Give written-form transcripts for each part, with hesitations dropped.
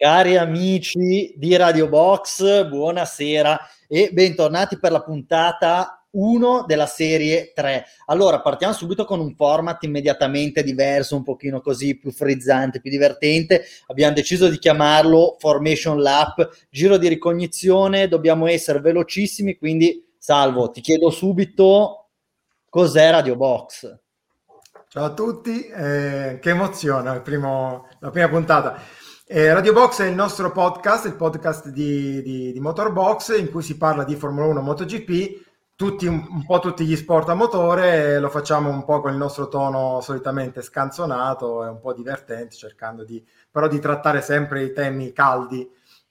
Cari amici di Radio Box, buonasera e bentornati per la puntata 1 della serie 3. Allora, partiamo subito con un format immediatamente diverso, un pochino così più frizzante, più divertente. Abbiamo deciso di chiamarlo Formation Lap, giro di ricognizione, dobbiamo essere velocissimi, quindi Salvo, ti chiedo subito cos'è Radio Box. Ciao a tutti, che emozione la prima puntata. Radio Box è il nostro podcast, il podcast di Motorbox, in cui si parla di Formula 1, MotoGP, un po' tutti gli sport a motore. Lo facciamo un po' con il nostro tono solitamente scanzonato e un po' divertente, cercando però di trattare sempre i temi caldi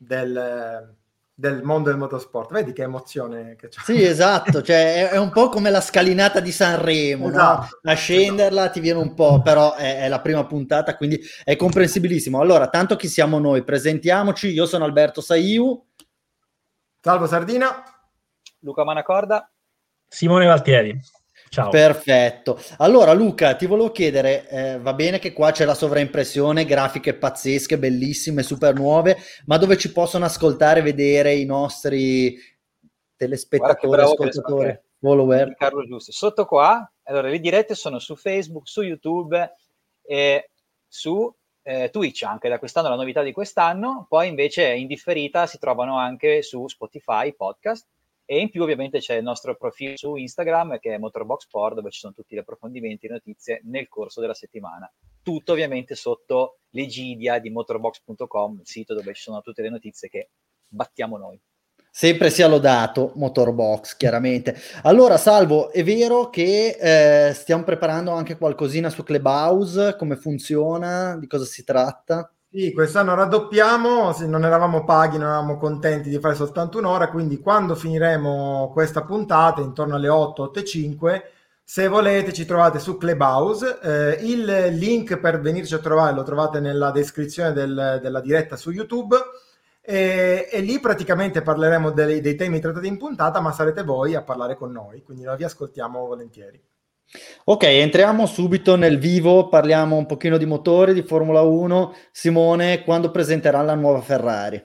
del mondo del motorsport. Vedi che emozione che c'è. Sì, esatto, cioè è un po' come la scalinata di Sanremo, Esatto, no? A scenderla esatto. ti viene un po', però è la prima puntata, quindi è comprensibilissimo. Allora, tanto chi siamo noi? Presentiamoci, io sono Alberto Saiu. Salvo Sardina. Luca Manacorda. Simone Valtieri. Ciao. Perfetto. Allora Luca, ti volevo chiedere, va bene che qua c'è la sovraimpressione, grafiche pazzesche, bellissime, super nuove, ma dove ci possono ascoltare, vedere i nostri telespettatori, ascoltatori, follower? Carlo Giusto. Sotto qua, allora le dirette sono su Facebook, su YouTube e su Twitch, anche da quest'anno, la novità di quest'anno. Poi invece in differita si trovano anche su Spotify, podcast. E in più ovviamente c'è il nostro profilo su Instagram che è Motorbox Sport, dove ci sono tutti gli approfondimenti e notizie nel corso della settimana. Tutto ovviamente sotto l'egidia di motorbox.com, il sito dove ci sono tutte le notizie che battiamo noi. Sempre sia lodato Motorbox, chiaramente. Allora, Salvo, è vero che stiamo preparando anche qualcosina su Clubhouse? Come funziona? Di cosa si tratta? Sì, quest'anno raddoppiamo, non eravamo paghi, non eravamo contenti di fare soltanto un'ora, quindi quando finiremo questa puntata, intorno alle 8, 8 e 5, se volete ci trovate su Clubhouse. Il link per venirci a trovare lo trovate nella descrizione della diretta su YouTube. E lì praticamente parleremo dei temi trattati in puntata, ma sarete voi a parlare con noi, quindi noi vi ascoltiamo volentieri. Ok, entriamo subito nel vivo, parliamo un pochino di motori, di Formula 1. Simone, quando presenterà la nuova Ferrari?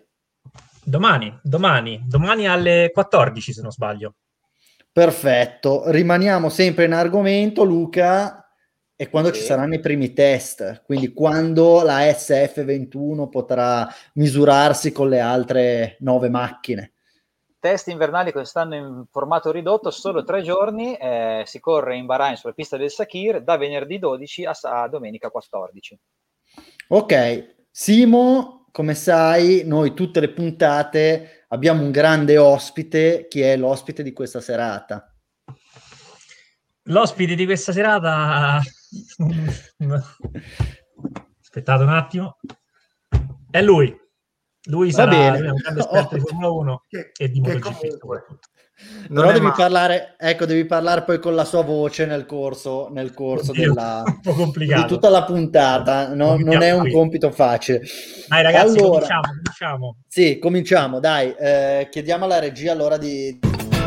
Domani alle 14 se non sbaglio. Perfetto, rimaniamo sempre in argomento, Luca, e quando ci saranno i primi test, quindi quando la SF21 potrà misurarsi con le altre 9 macchine. Test invernali quest'anno in formato ridotto, solo 3 giorni, si corre in Bahrain sulla pista del Sakhir da venerdì 12 a domenica 14. Ok, Simo, come sai, noi tutte le puntate abbiamo un grande ospite. Chi è l'ospite di questa serata? L'ospite di questa serata... Aspettate un attimo. È lui. Lui sarà un grande esperto di Formula 1 e di MotoGP soprattutto. Però devi parlare poi con la sua voce nel corso della, un po' complicato. di tutta la puntata, non è un compito facile. Dai ragazzi, cominciamo. Sì, cominciamo, dai, chiediamo alla regia allora di...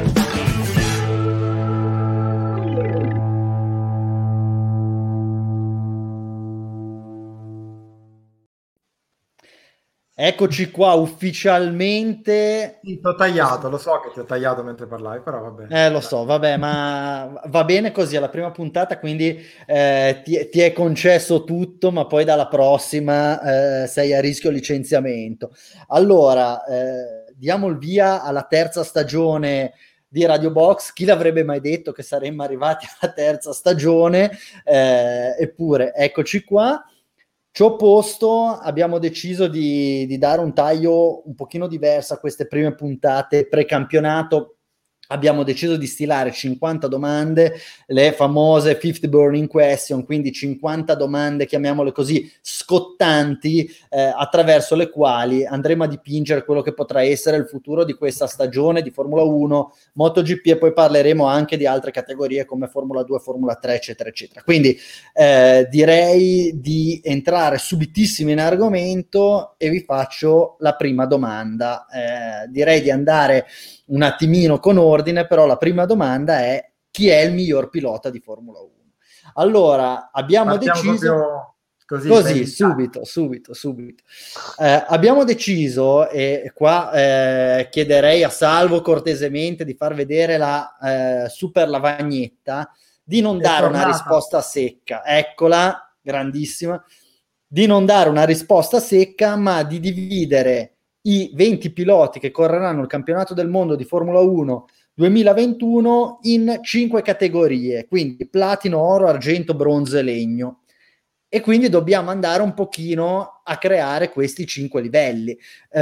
Eccoci qua ufficialmente. Sì, ti ho tagliato, lo so che ti ho tagliato mentre parlavi, però va bene. Lo so, vabbè, ma va bene così, alla prima puntata, quindi ti è concesso tutto, ma poi dalla prossima sei a rischio licenziamento. Allora, diamo il via alla terza stagione di Radio Box. Chi l'avrebbe mai detto che saremmo arrivati alla terza stagione? Eppure, eccoci qua. Ciò posto, abbiamo deciso di dare un taglio un pochino diverso a queste prime puntate pre-campionato. Abbiamo deciso di stilare 50 domande, le famose 50 burning question, quindi 50 domande, chiamiamole così, scottanti, attraverso le quali andremo a dipingere quello che potrà essere il futuro di questa stagione di Formula 1, MotoGP, e poi parleremo anche di altre categorie come Formula 2, Formula 3, eccetera, eccetera. Quindi direi di entrare subitissimo in argomento e vi faccio la prima domanda. Direi di andare un attimino con ordine, però la prima domanda è: chi è il miglior pilota di Formula 1? Allora, abbiamo deciso... Così subito. Abbiamo deciso, e qua chiederei a Salvo cortesemente di far vedere la super lavagnetta, di non dare una risposta secca. Eccola, grandissima. Di non dare una risposta secca, ma di dividere i 20 piloti che correranno il campionato del mondo di Formula 1 2021 in 5 categorie, quindi platino, oro, argento, bronzo e legno. E quindi dobbiamo andare un pochino a creare questi 5 livelli.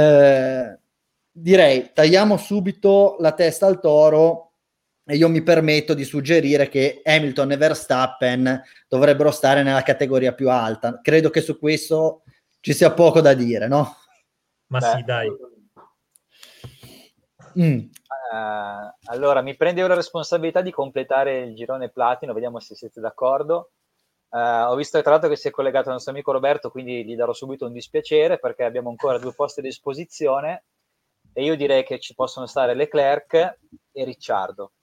Direi, tagliamo subito la testa al toro e io mi permetto di suggerire che Hamilton e Verstappen dovrebbero stare nella categoria più alta. Credo che su questo ci sia poco da dire, no? Ma sì, dai. Allora, mi prendo la responsabilità di completare il girone platino, vediamo se siete d'accordo. Ho visto tra l'altro che si è collegato il nostro amico Roberto, quindi gli darò subito un dispiacere perché abbiamo ancora 2 posti a disposizione e io direi che ci possono stare Leclerc e Ricciardo.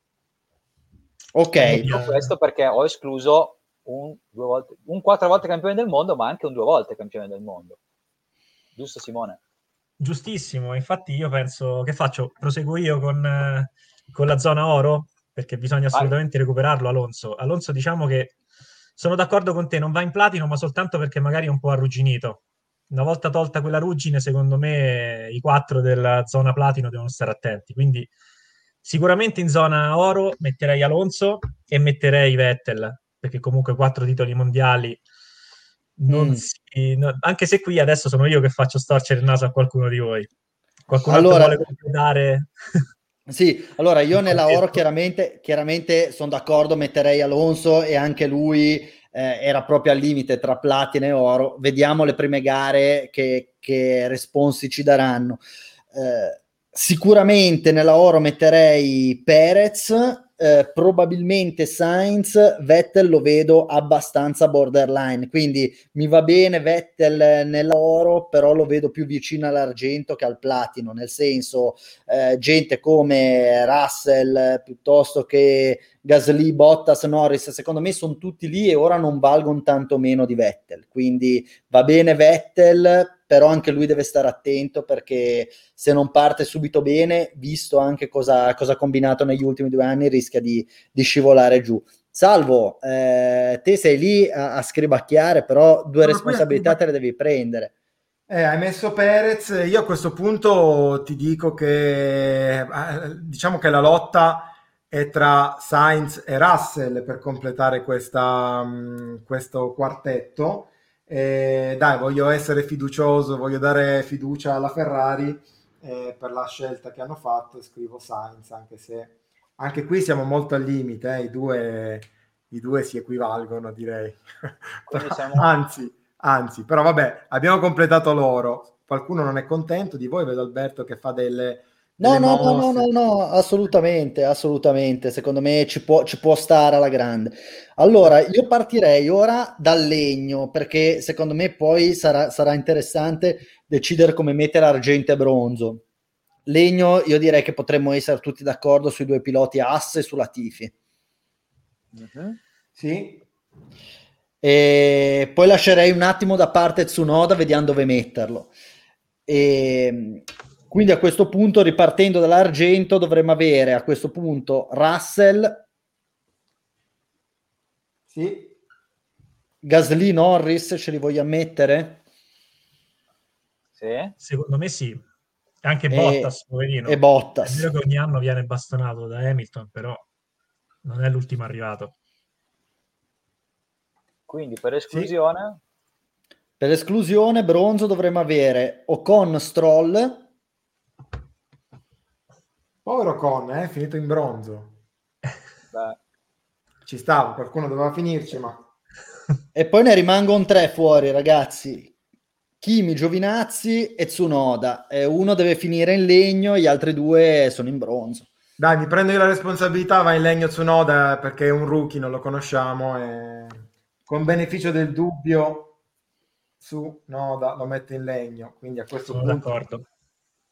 Ok. Dico questo perché ho escluso un 4 volte campione del mondo, ma anche un 2 volte campione del mondo. Giusto, Simone? Giustissimo, infatti io penso che faccio, proseguo io con la zona oro, perché bisogna assolutamente recuperarlo Alonso. Alonso, diciamo che sono d'accordo con te, non va in platino, ma soltanto perché magari è un po' arrugginito. Una volta tolta quella ruggine, secondo me i 4 della zona platino devono stare attenti. Quindi sicuramente in zona oro metterei Alonso e metterei Vettel, perché comunque 4 titoli mondiali anche se qui adesso sono io che faccio storcere il naso a qualcuno di voi. Qualcun altro vuole completare? Sì, allora io nella oro chiaramente sono d'accordo, metterei Alonso e anche lui era proprio al limite tra platina e oro. Vediamo le prime gare che responsi ci daranno. Sicuramente nella oro metterei Perez, probabilmente Sainz. Vettel lo vedo abbastanza borderline, quindi mi va bene Vettel nell'oro, però lo vedo più vicino all'argento che al platino, nel senso gente come Russell piuttosto che Gasly, Bottas, Norris, secondo me sono tutti lì e ora non valgono tanto meno di Vettel, quindi va bene Vettel, però anche lui deve stare attento perché se non parte subito bene, visto anche cosa ha combinato negli ultimi 2 anni, rischia di scivolare giù. Salvo, te sei lì a scribacchiare, però 2 responsabilità te le devi prendere. Hai messo Perez, io a questo punto ti dico che diciamo che la lotta è tra Sainz e Russell per completare questo quartetto. Dai, voglio essere fiducioso, voglio dare fiducia alla Ferrari per la scelta che hanno fatto e scrivo Sainz, anche se anche qui siamo molto al limite, i due si equivalgono, direi. Anzi, però vabbè, abbiamo completato l'oro. Qualcuno non è contento di voi? Vedo Alberto che fa delle No, assolutamente. Secondo me ci può stare alla grande. Allora, io partirei ora dal legno, perché secondo me poi sarà interessante decidere come mettere argento e bronzo. Legno, io direi che potremmo essere tutti d'accordo sui 2 piloti Haas e sulla Latifi. Sì. E poi lascerei un attimo da parte Tsunoda, vediamo dove metterlo. Quindi a questo punto, ripartendo dall'argento, dovremmo avere a questo punto Russell, sì. Gasly, Norris, ce li vogliamo mettere? Sì. Secondo me sì. Anche Bottas, poverino. E Bottas. È vero che ogni anno viene bastonato da Hamilton, però non è l'ultimo arrivato. Quindi per esclusione? Sì. Per esclusione, bronzo dovremmo avere Ocon, Stroll. Povero Ocon, è finito in bronzo. Beh. Ci stava, qualcuno doveva finirci, ma... E poi ne rimangono 3 fuori, ragazzi. Kimi, Giovinazzi e Tsunoda. Uno deve finire in legno, gli altri 2 sono in bronzo. Dai, mi prendo io la responsabilità, va in legno Tsunoda perché è un rookie, non lo conosciamo e con beneficio del dubbio su Noda lo mette in legno, quindi a questo sono punto d'accordo.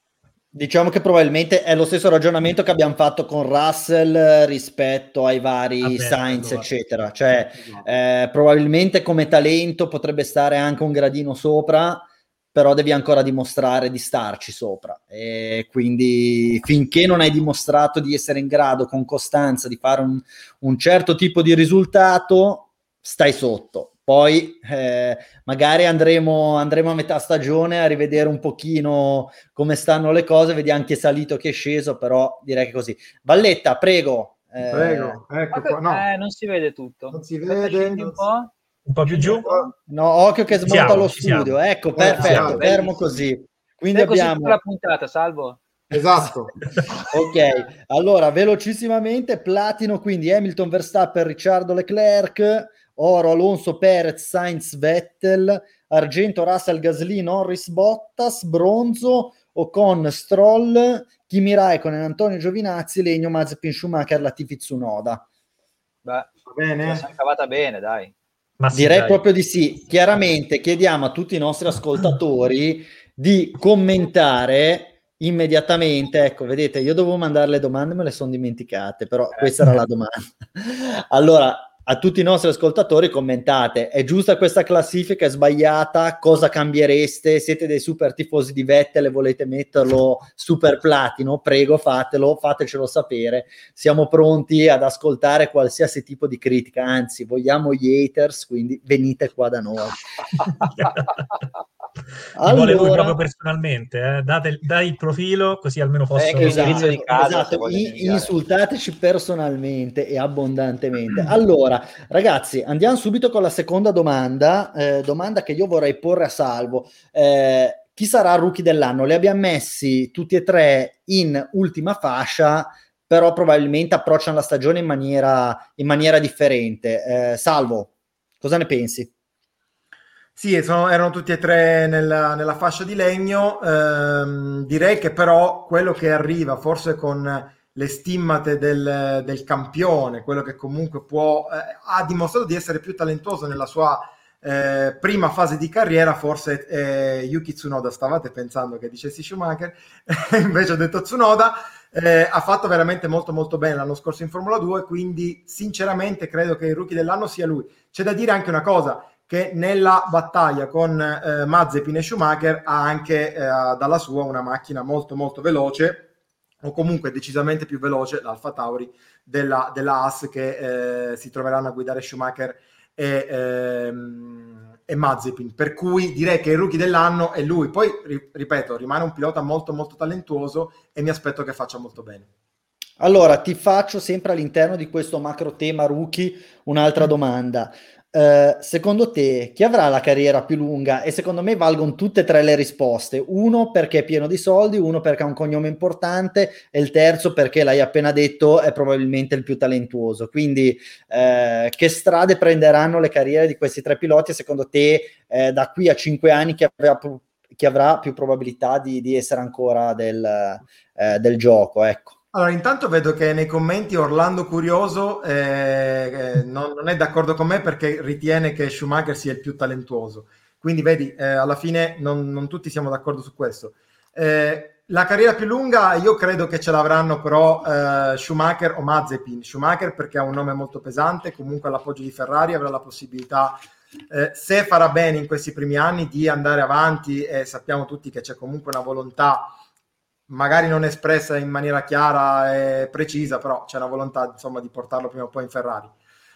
Diciamo che probabilmente è lo stesso ragionamento che abbiamo fatto con Russell rispetto ai vari Sainz, eccetera. Cioè, probabilmente come talento potrebbe stare anche un gradino sopra, però devi ancora dimostrare di starci sopra. E quindi finché non hai dimostrato di essere in grado con costanza di fare un certo tipo di risultato, stai sotto. Poi magari andremo a metà stagione a rivedere un pochino come stanno le cose, vedi anche salito che è sceso, però direi che così. Valletta, prego. Prego, ecco qua. No, non si vede tutto. non si vede. Un po' più giù? No, occhio che smonta lo studio. Ecco, perfetto, fermo così. Quindi abbiamo la puntata, Salvo. Esatto. Ok, allora velocissimamente platino, quindi Hamilton, Verstappen, Ricciardo, Leclerc, oro Alonso, Perez, Sainz, Vettel, argento Russell, Gasly, Norris, Bottas, bronzo Ocon, Stroll, Kimi Raikkonen, Antonio Giovinazzi, legno Mazepin, Schumacher, Latifi, Tsunoda. Beh, va bene. la siamo cavata bene, dai. Ma sì, direi dai. proprio di sì. Chiaramente chiediamo a tutti i nostri ascoltatori di commentare immediatamente. Ecco, vedete, io dovevo mandare le domande, me le sono dimenticate, però questa era la domanda. Allora, a tutti i nostri ascoltatori commentate: è giusta questa classifica, è sbagliata, cosa cambiereste? Siete dei super tifosi di Vettel e volete metterlo super platino? Prego, fatelo, fatecelo sapere, siamo pronti ad ascoltare qualsiasi tipo di critica, anzi vogliamo gli haters, quindi venite qua da noi. Vuole lui proprio personalmente, dai il profilo così almeno posso... Esatto, di casa, esatto. Insultateci personalmente e abbondantemente. Allora, ragazzi, andiamo subito con la seconda domanda, domanda che io vorrei porre a Salvo. Chi sarà il rookie dell'anno? Li abbiamo messi tutti e tre in ultima fascia, però probabilmente approcciano la stagione in maniera differente. Salvo, cosa ne pensi? Sì, erano tutti e tre nella fascia di legno. Direi che però quello che arriva, forse con le stimmate del campione, quello che comunque ha dimostrato di essere più talentuoso nella sua prima fase di carriera, forse Yuki Tsunoda. Stavate pensando che dicessi Schumacher, invece ho detto Tsunoda. Ha fatto veramente molto molto bene l'anno scorso in Formula 2, quindi sinceramente credo che il rookie dell'anno sia lui. C'è da dire anche una cosa, che nella battaglia con Mazepin e Schumacher ha anche dalla sua una macchina molto molto veloce, o comunque decisamente più veloce, l'Alfa Tauri della Haas, che si troveranno a guidare Schumacher e Mazepin, per cui direi che il rookie dell'anno è lui. Poi ripeto, rimane un pilota molto molto talentuoso e mi aspetto che faccia molto bene. Allora, ti faccio sempre all'interno di questo macro tema rookie un'altra domanda. Secondo te chi avrà la carriera più lunga? E secondo me valgono tutte e tre le risposte: uno perché è pieno di soldi, uno perché ha un cognome importante e il terzo perché, l'hai appena detto, è probabilmente il più talentuoso. Quindi che strade prenderanno le carriere di questi tre piloti? E secondo te da qui a 5 anni chi avrà più probabilità di essere ancora del gioco? Ecco. Allora, intanto vedo che nei commenti Orlando Curioso non è d'accordo con me, perché ritiene che Schumacher sia il più talentuoso. Quindi vedi, alla fine non tutti siamo d'accordo su questo. La carriera più lunga io credo che ce l'avranno però Schumacher o Mazepin. Schumacher perché ha un nome molto pesante, comunque all'appoggio di Ferrari avrà la possibilità, se farà bene in questi primi anni, di andare avanti, e sappiamo tutti che c'è comunque una volontà magari non espressa in maniera chiara e precisa, però c'è una volontà, insomma, di portarlo prima o poi in Ferrari.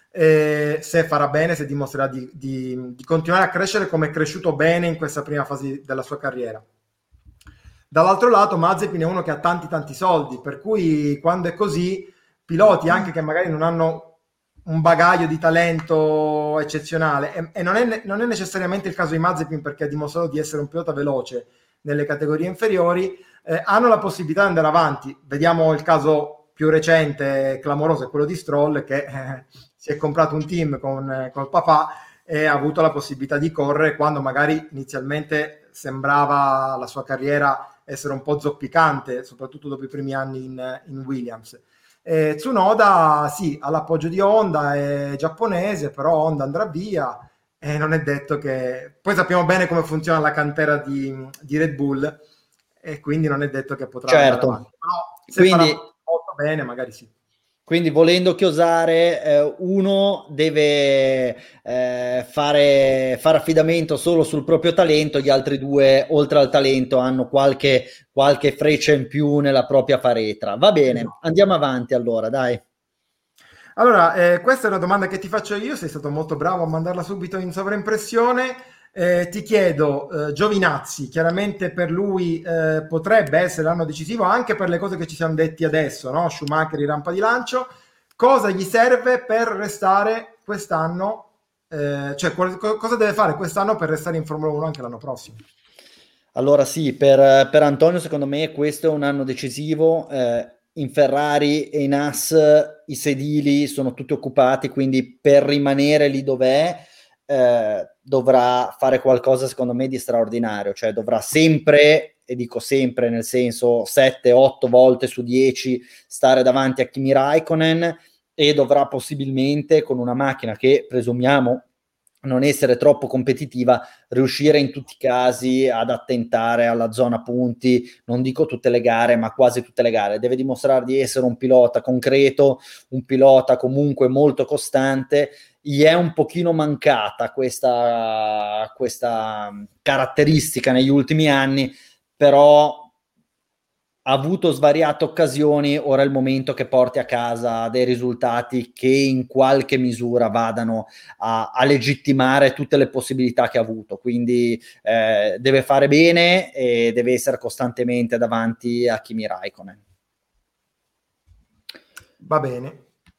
Se farà bene, se dimostrerà di continuare a crescere come è cresciuto bene in questa prima fase della sua carriera. Dall'altro lato Mazepin è uno che ha tanti soldi, per cui quando è così, piloti anche che magari non hanno un bagaglio di talento eccezionale, e non è necessariamente il caso di Mazepin, perché ha dimostrato di essere un pilota veloce nelle categorie inferiori, hanno la possibilità di andare avanti. Vediamo il caso più recente, clamoroso, è quello di Stroll, che si è comprato un team col papà e ha avuto la possibilità di correre quando magari inizialmente sembrava la sua carriera essere un po' zoppicante, soprattutto dopo i primi anni in Williams. Tsunoda sì, ha l'appoggio di Honda, è giapponese, però Honda andrà via e non è detto che... Poi sappiamo bene come funziona la cantera di Red Bull, e quindi non è detto che potrà certo. andare avanti. Però se Quindi, farà molto bene, magari sì. quindi volendo chiosare, uno deve fare affidamento solo sul proprio talento, gli altri due, oltre al talento, hanno qualche freccia in più nella propria faretra. Va bene, andiamo avanti allora, dai. Allora, questa è una domanda che ti faccio io, sei stato molto bravo a mandarla subito in sovraimpressione. Ti chiedo, Giovinazzi, chiaramente per lui potrebbe essere l'anno decisivo anche per le cose che ci siamo detti adesso, no? Schumacher in rampa di lancio. Cosa gli serve per restare quest'anno? Cioè, cosa deve fare quest'anno per restare in Formula 1 anche l'anno prossimo? Allora sì, per Antonio secondo me questo è un anno decisivo. In Ferrari e in Haas i sedili sono tutti occupati, quindi per rimanere lì dov'è dovrà fare qualcosa secondo me di straordinario, cioè dovrà sempre, e dico sempre nel senso 7-8 volte su 10 stare davanti a Kimi Raikkonen, e dovrà possibilmente, con una macchina che presumiamo non essere troppo competitiva, riuscire in tutti i casi ad attentare alla zona punti, non dico tutte le gare, ma quasi tutte le gare. Deve dimostrare di essere un pilota concreto, un pilota comunque molto costante. Gli è un pochino mancata questa caratteristica negli ultimi anni, però ha avuto svariate occasioni. Ora è il momento che porti a casa dei risultati che in qualche misura vadano a legittimare tutte le possibilità che ha avuto, quindi deve fare bene e deve essere costantemente davanti a Kimi Raikkonen. Va bene.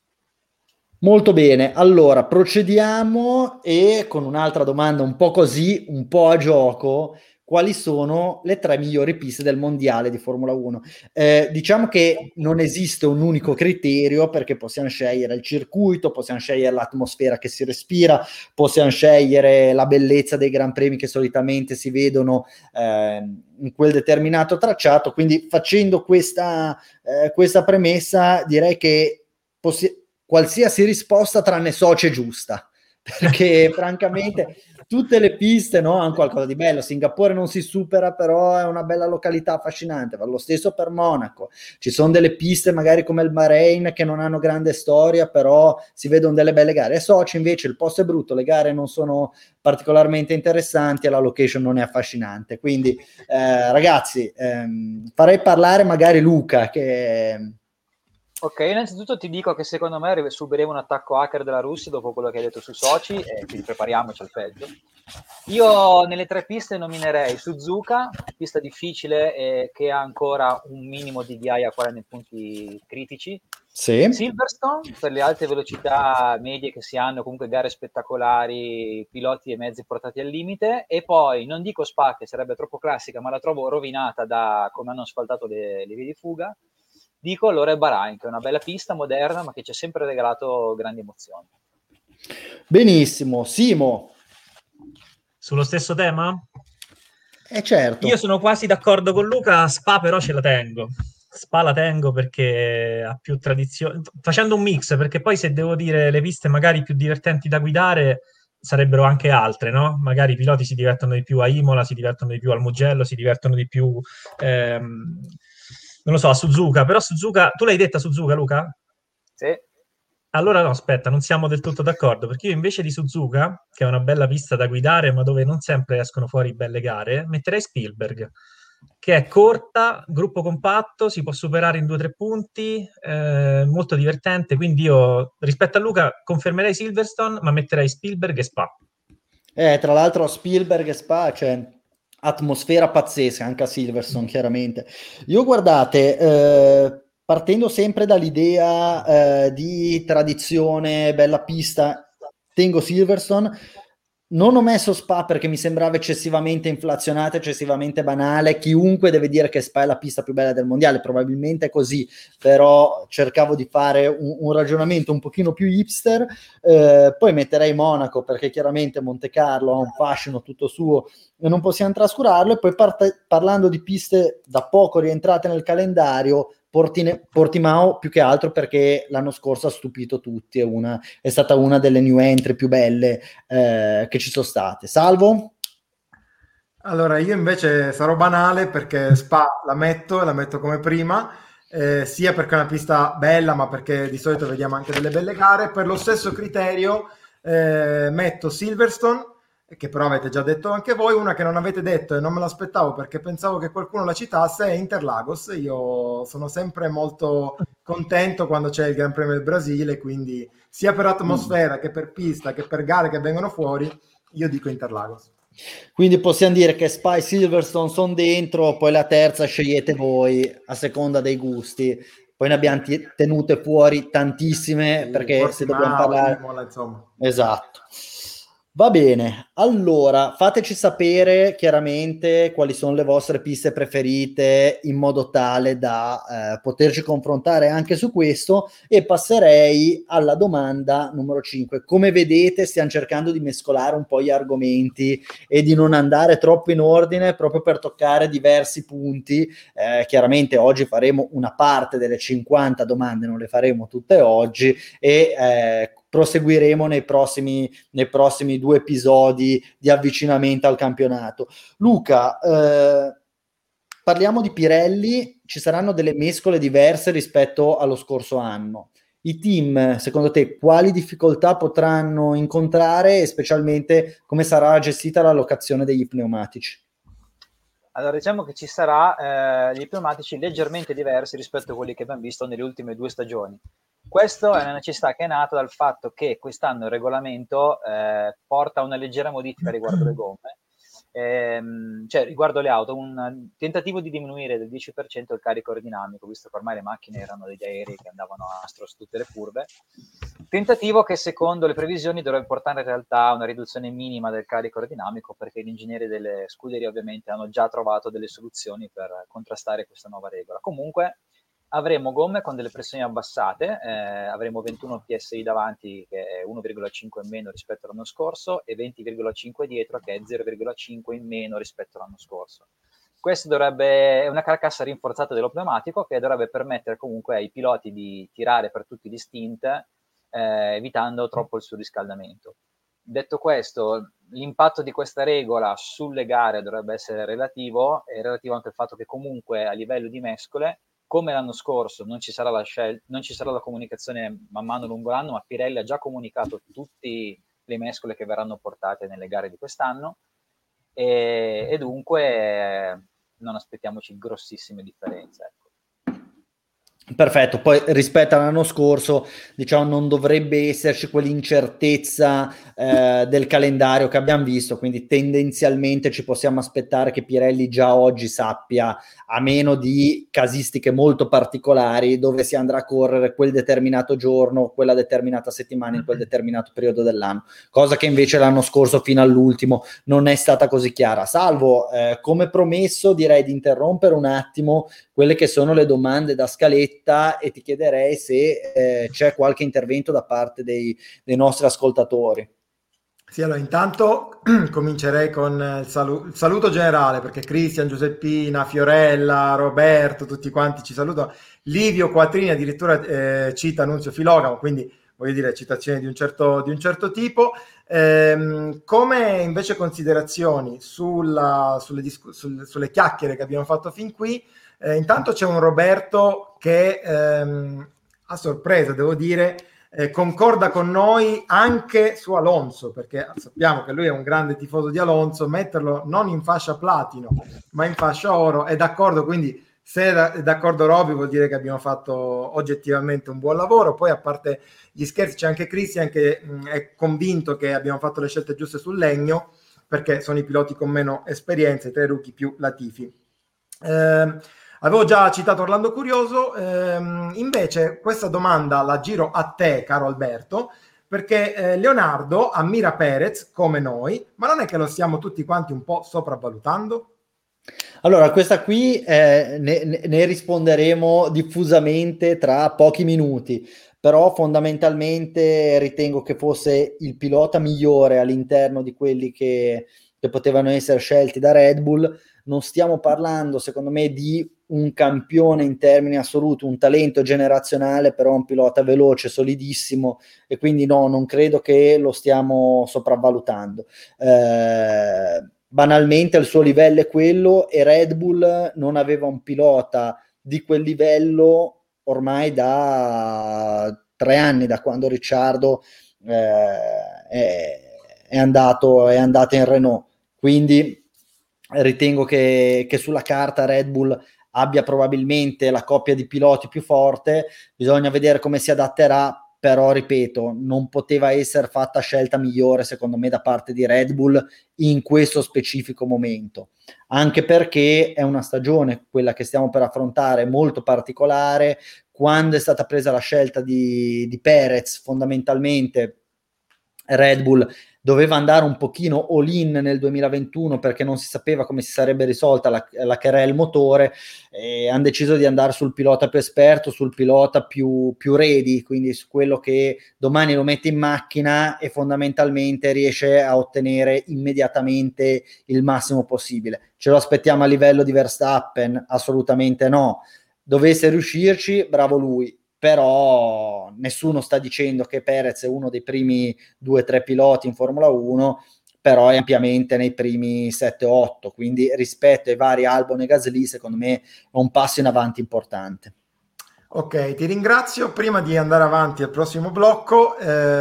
Molto bene, allora procediamo e con un'altra domanda un po' così, un po' a gioco. Quali sono le 3 migliori piste del mondiale di Formula 1? Diciamo che non esiste un unico criterio, perché possiamo scegliere il circuito, possiamo scegliere l'atmosfera che si respira, possiamo scegliere la bellezza dei gran premi che solitamente si vedono in quel determinato tracciato. Quindi facendo questa premessa direi che qualsiasi risposta tranne Sochi è giusta, perché francamente tutte le piste, no, hanno qualcosa di bello. Singapore non si supera, però è una bella località affascinante. Va lo stesso per Monaco. Ci sono delle piste magari come il Bahrain che non hanno grande storia, però si vedono delle belle gare. E Sochi invece il posto è brutto, le gare non sono particolarmente interessanti e la location non è affascinante. Quindi ragazzi, farei parlare magari Luca che... Ok, innanzitutto ti dico che secondo me subiremo un attacco hacker della Russia dopo quello che hai detto su Sochi, e quindi prepariamoci al peggio. Io nelle 3 piste nominerei Suzuka, pista difficile e che ha ancora un minimo di DI a 40 punti critici. Sì. Silverstone per le alte velocità medie che si hanno, comunque gare spettacolari, piloti e mezzi portati al limite. E poi non dico Spa, che sarebbe troppo classica, ma la trovo rovinata da come hanno asfaltato le vie di fuga. Dico allora il Bahrain, che è una bella pista moderna, ma che ci ha sempre regalato grandi emozioni. Benissimo, Simo. Sullo stesso tema? Certo. Io sono quasi d'accordo con Luca, Spa però ce la tengo. Spa la tengo perché ha più tradizione, facendo un mix, perché poi se devo dire le piste magari più divertenti da guidare sarebbero anche altre, no? Magari i piloti si divertono di più a Imola, si divertono di più al Mugello, si divertono di più non lo so, a Suzuka. Però Suzuka, tu l'hai detta Suzuka, Luca? Sì. Allora no, aspetta, non siamo del tutto d'accordo, perché io invece di Suzuka, che è una bella pista da guidare, ma dove non sempre escono fuori belle gare, metterei Spielberg, che è corta, gruppo compatto, si può superare in 2-3 punti, molto divertente, quindi io rispetto a Luca confermerei Silverstone, ma metterei Spielberg e Spa. Tra l'altro Spielberg e Spa c'è atmosfera pazzesca, anche a Silverstone chiaramente. Io guardate, partendo sempre dall'idea di tradizione, bella pista, tengo Silverstone. Non ho messo Spa perché mi sembrava eccessivamente inflazionata, eccessivamente banale. Chiunque deve dire che Spa è la pista più bella del mondiale, probabilmente è così, però cercavo di fare un ragionamento un pochino più hipster. Poi metterei Monaco perché chiaramente Monte Carlo ha un fascino tutto suo e non possiamo trascurarlo. E poi parlando di piste da poco rientrate nel calendario, Portimao più che altro perché l'anno scorso ha stupito tutti, è stata una delle new entry più belle che ci sono state. Salvo? Allora, io invece sarò banale perché Spa la metto e la metto come prima, sia perché è una pista bella, ma perché di solito vediamo anche delle belle gare. Per lo stesso criterio metto Silverstone, che però avete già detto anche voi, una che non avete detto e non me l'aspettavo perché pensavo che qualcuno la citasse, è Interlagos. Io sono sempre molto contento quando c'è il Gran Premio del Brasile, quindi sia per atmosfera che per pista che per gare che vengono fuori, io dico Interlagos. Quindi possiamo dire che Spa e Silverstone sono dentro, poi la terza scegliete voi a seconda dei gusti. Poi ne abbiamo tenute fuori tantissime perché se dobbiamo Portimao, parlare... Imola, insomma. Esatto. Va bene, allora fateci sapere chiaramente quali sono le vostre piste preferite in modo tale da poterci confrontare anche su questo e passerei alla domanda numero 5. Come vedete stiamo cercando di mescolare un po' gli argomenti e di non andare troppo in ordine proprio per toccare diversi punti. Chiaramente oggi faremo una parte delle 50 domande, non le faremo tutte oggi e proseguiremo nei prossimi 2 episodi di avvicinamento al campionato. Luca, parliamo di Pirelli, ci saranno delle mescole diverse rispetto allo scorso anno. I team, secondo te, quali difficoltà potranno incontrare e specialmente come sarà gestita la locazione degli pneumatici? Allora, diciamo che ci sarà gli pneumatici leggermente diversi rispetto a quelli che abbiamo visto nelle ultime 2 stagioni. Questo è una necessità che è nata dal fatto che quest'anno il regolamento porta a una leggera modifica riguardo le gomme, cioè riguardo le auto, un tentativo di diminuire del 10% il carico aerodinamico, visto che ormai le macchine erano degli aerei che andavano a nastro su tutte le curve. Tentativo che secondo le previsioni dovrebbe portare in realtà a una riduzione minima del carico aerodinamico, perché gli ingegneri delle scuderie ovviamente hanno già trovato delle soluzioni per contrastare questa nuova regola. Comunque avremo gomme con delle pressioni abbassate, avremo 21 PSI davanti che è 1,5 in meno rispetto all'anno scorso e 20,5 dietro che è 0,5 in meno rispetto all'anno scorso. Questo è una carcassa rinforzata dello pneumatico che dovrebbe permettere comunque ai piloti di tirare per tutti gli stint evitando troppo il surriscaldamento. Detto questo, l'impatto di questa regola sulle gare dovrebbe essere relativo, è relativo anche al fatto che comunque a livello di mescole, come l'anno scorso, non ci sarà la comunicazione man mano lungo l'anno, ma Pirelli ha già comunicato tutte le mescole che verranno portate nelle gare di quest'anno e dunque non aspettiamoci grossissime differenze. Ecco. Perfetto, poi rispetto all'anno scorso, diciamo, non dovrebbe esserci quell'incertezza del calendario che abbiamo visto, quindi tendenzialmente ci possiamo aspettare che Pirelli già oggi sappia, a meno di casistiche molto particolari, dove si andrà a correre quel determinato giorno, quella determinata settimana, in quel determinato periodo dell'anno, cosa che invece l'anno scorso fino all'ultimo non è stata così chiara. Salvo, come promesso, direi di interrompere un attimo quelle che sono le domande da scaletta e ti chiederei se c'è qualche intervento da parte dei nostri ascoltatori. Sì, allora intanto comincerei con il saluto generale perché Cristian, Giuseppina, Fiorella, Roberto, tutti quanti ci salutano. Livio Quattrini addirittura cita Nunzio Filogamo, quindi voglio dire citazioni di un certo tipo. Come invece considerazioni sulle chiacchiere che abbiamo fatto fin qui, intanto c'è un Roberto che a sorpresa, devo dire, concorda con noi anche su Alonso, perché sappiamo che lui è un grande tifoso di Alonso, metterlo non in fascia platino, ma in fascia oro, è d'accordo, quindi se è d'accordo Roby vuol dire che abbiamo fatto oggettivamente un buon lavoro. Poi a parte gli scherzi c'è anche Christian che è convinto che abbiamo fatto le scelte giuste sul legno, perché sono i piloti con meno esperienza, i 3 rookie più Latifi. Avevo già citato Orlando Curioso, invece questa domanda la giro a te, caro Alberto, perché Leonardo ammira Perez come noi, ma non è che lo stiamo tutti quanti un po' sopravvalutando? Allora, questa qui ne risponderemo diffusamente tra pochi minuti, però fondamentalmente ritengo che fosse il pilota migliore all'interno di quelli che potevano essere scelti da Red Bull. Non stiamo parlando, secondo me, di un campione in termini assoluti, un talento generazionale, però un pilota veloce, solidissimo, e quindi no, non credo che lo stiamo sopravvalutando. banalmente il suo livello è quello, e Red Bull non aveva un pilota di quel livello ormai da 3 anni, da quando Ricciardo è andato in Renault. Quindi ritengo che sulla carta Red Bull abbia probabilmente la coppia di piloti più forte. Bisogna vedere come si adatterà, però ripeto, non poteva essere fatta scelta migliore secondo me da parte di Red Bull in questo specifico momento, anche perché è una stagione, quella che stiamo per affrontare, molto particolare. Quando è stata presa la scelta di Perez, fondamentalmente Red Bull doveva andare un pochino all-in nel 2021 perché non si sapeva come si sarebbe risolta la querel motore, e hanno deciso di andare sul pilota più esperto, sul pilota più ready, quindi su quello che domani lo mette in macchina e fondamentalmente riesce a ottenere immediatamente il massimo possibile. Ce lo aspettiamo a livello di Verstappen? Assolutamente no. Dovesse riuscirci, bravo lui, però nessuno sta dicendo che Perez è uno dei primi 2-3 piloti in Formula 1, però è ampiamente nei primi 7-8, quindi rispetto ai vari Albon e Gasly secondo me è un passo in avanti importante. Ok, ti ringrazio. Prima di andare avanti al prossimo blocco,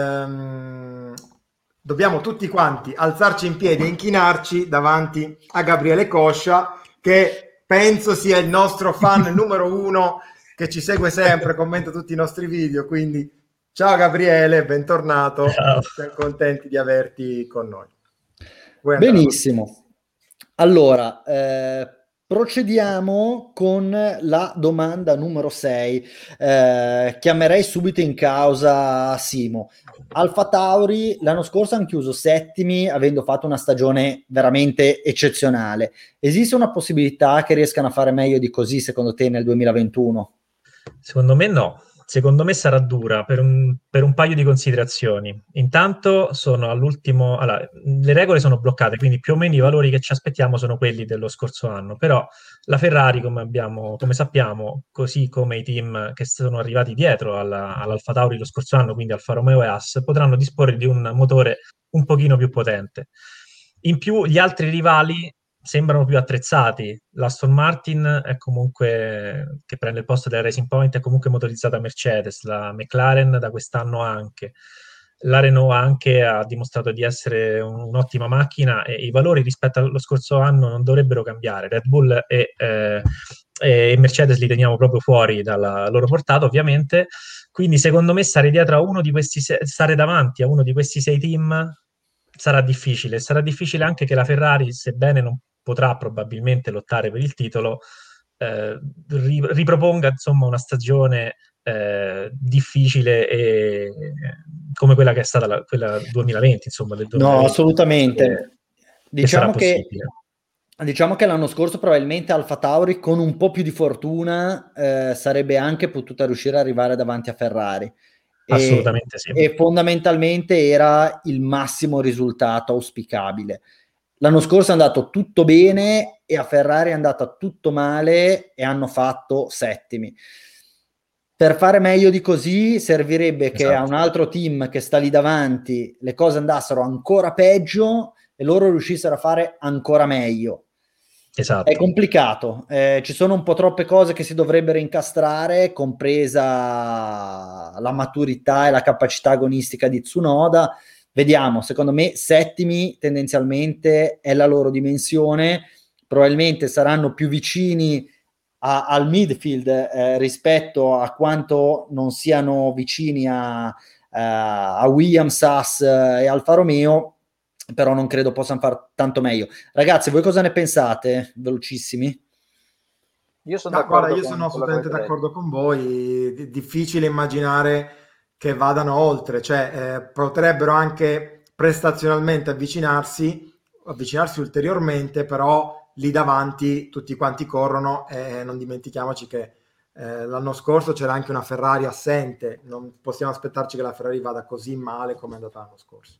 dobbiamo tutti quanti alzarci in piedi e inchinarci davanti a Gabriele Coscia, che penso sia il nostro fan numero 1, che ci segue sempre, commenta tutti i nostri video. Quindi ciao Gabriele, bentornato. Ciao. Siamo contenti di averti con noi. Benissimo. Allora, procediamo con la domanda numero 6. Chiamerei subito in causa Simo. AlphaTauri l'anno scorso hanno chiuso settimi avendo fatto una stagione veramente eccezionale. Esiste una possibilità che riescano a fare meglio di così secondo te nel 2021? Secondo me no. Secondo me sarà dura per un paio di considerazioni. Intanto sono all'ultimo... Allora, le regole sono bloccate, quindi più o meno i valori che ci aspettiamo sono quelli dello scorso anno, però la Ferrari, come sappiamo, così come i team che sono arrivati dietro all'Alfa Tauri lo scorso anno, quindi Alfa Romeo e Haas, potranno disporre di un motore un pochino più potente. In più, gli altri rivali sembrano più attrezzati. L'Aston Martin è comunque, che prende il posto della Racing Point, è comunque motorizzata Mercedes, la McLaren da quest'anno anche. La Renault anche ha dimostrato di essere un'ottima macchina e i valori rispetto allo scorso anno non dovrebbero cambiare. Red Bull e Mercedes li teniamo proprio fuori dalla loro portata, ovviamente. Quindi secondo me stare dietro a uno di questi stare davanti a uno di questi 6 team sarà difficile. Sarà difficile anche che la Ferrari, sebbene non potrà probabilmente lottare per il titolo, riproponga insomma una stagione difficile e come quella che è stata quella 2020, insomma, del 2020. No, assolutamente. Sarà possibile. Diciamo che l'anno scorso probabilmente AlphaTauri con un po' più di fortuna sarebbe anche potuta riuscire ad arrivare davanti a Ferrari. Assolutamente sì. E fondamentalmente era il massimo risultato auspicabile. L'anno scorso è andato tutto bene e a Ferrari è andata tutto male e hanno fatto settimi. Per fare meglio di così servirebbe che a un altro team che sta lì davanti le cose andassero ancora peggio e loro riuscissero a fare ancora meglio. Esatto. È complicato, ci sono un po' troppe cose che si dovrebbero incastrare, compresa la maturità e la capacità agonistica di Tsunoda. Vediamo, secondo me settimi tendenzialmente è la loro dimensione, probabilmente saranno più vicini al midfield rispetto a quanto non siano vicini a Williams, Haas e Alfa Romeo, però non credo possano far tanto meglio. Ragazzi, voi cosa ne pensate? Velocissimi. Io sono d'accordo. Io sono assolutamente d'accordo con voi. Difficile immaginare che vadano oltre, cioè potrebbero anche prestazionalmente avvicinarsi ulteriormente, però lì davanti tutti quanti corrono e non dimentichiamoci che l'anno scorso c'era anche una Ferrari assente, non possiamo aspettarci che la Ferrari vada così male come è andata l'anno scorso.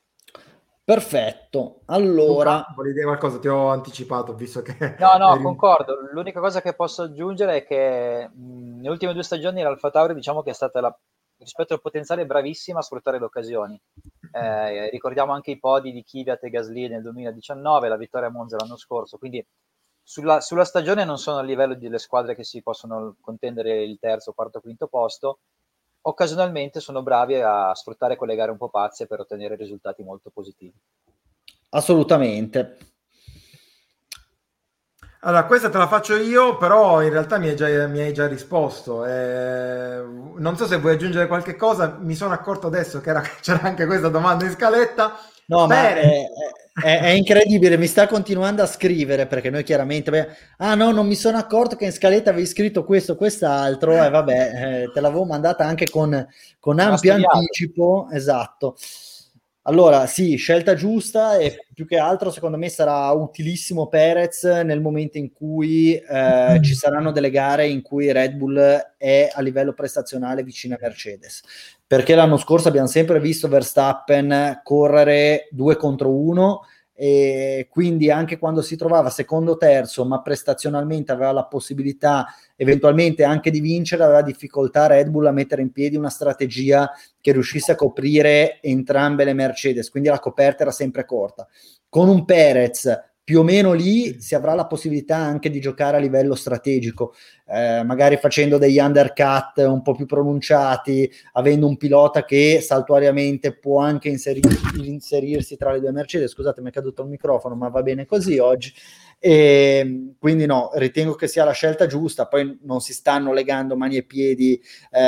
Perfetto, allora... Luca, volevi dire qualcosa? Ti ho anticipato, visto che... No, concordo. L'unica cosa che posso aggiungere è che nelle ultime 2 stagioni l'Alfa Tauri diciamo che è stata rispetto al potenziale bravissima a sfruttare le occasioni. Ricordiamo anche i podi di Kvyat e Gasly nel 2019, la vittoria a Monza l'anno scorso, quindi sulla stagione non sono a livello delle squadre che si possono contendere il terzo, quarto, quinto posto. Occasionalmente sono bravi a sfruttare quelle gare un po' pazze per ottenere risultati molto positivi. Assolutamente. Allora, questa te la faccio io, però in realtà mi hai già risposto. Non so se vuoi aggiungere qualche cosa, mi sono accorto adesso che c'era anche questa domanda in scaletta. No, ma è incredibile, mi sta continuando a scrivere perché noi chiaramente... no, non mi sono accorto che in scaletta avevi scritto questo, quest'altro, e vabbè, te l'avevo mandata anche con ampio anticipo, esatto. Allora, sì, scelta giusta e più che altro secondo me sarà utilissimo Perez nel momento in cui ci saranno delle gare in cui Red Bull è a livello prestazionale vicino a Mercedes, perché l'anno scorso abbiamo sempre visto Verstappen correre 2 contro 1 e quindi anche quando si trovava secondo o terzo ma prestazionalmente aveva la possibilità eventualmente anche di vincere, aveva difficoltà Red Bull a mettere in piedi una strategia che riuscisse a coprire entrambe le Mercedes, quindi la coperta era sempre corta. Con un Perez più o meno lì si avrà la possibilità anche di giocare a livello strategico, magari facendo degli undercut un po' più pronunciati, avendo un pilota che saltuariamente può anche inserirsi tra le due Mercedes. Scusate, mi è caduto il microfono, ma va bene così oggi. E quindi no, ritengo che sia la scelta giusta. Poi non si stanno legando mani e piedi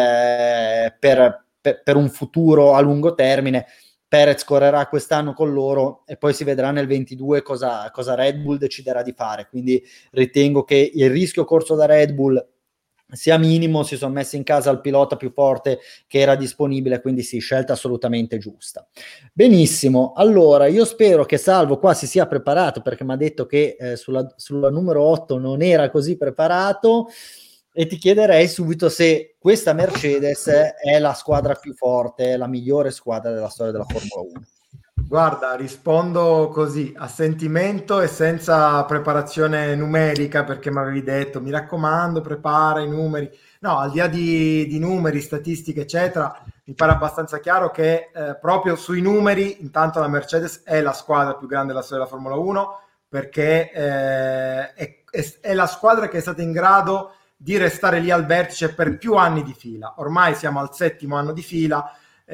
per un futuro a lungo termine. Perez correrà quest'anno con loro e poi si vedrà nel 22 cosa Red Bull deciderà di fare, quindi ritengo che il rischio corso da Red Bull sia minimo, si sono messi in casa il pilota più forte che era disponibile, quindi sì, scelta assolutamente giusta. Benissimo, allora io spero che Salvo qua si sia preparato, perché mi ha detto che sulla numero 8 non era così preparato, e ti chiederei subito se questa Mercedes è la squadra più forte, la migliore squadra della storia della Formula 1. Guarda, rispondo così, a sentimento e senza preparazione numerica, perché mi avevi detto, mi raccomando, prepara i numeri. No, al di là di numeri, statistiche, eccetera, mi pare abbastanza chiaro che proprio sui numeri, intanto la Mercedes è la squadra più grande della storia della Formula 1, perché è la squadra che è stata in grado di restare lì al vertice per più anni di fila. Ormai siamo al 7° anno di fila,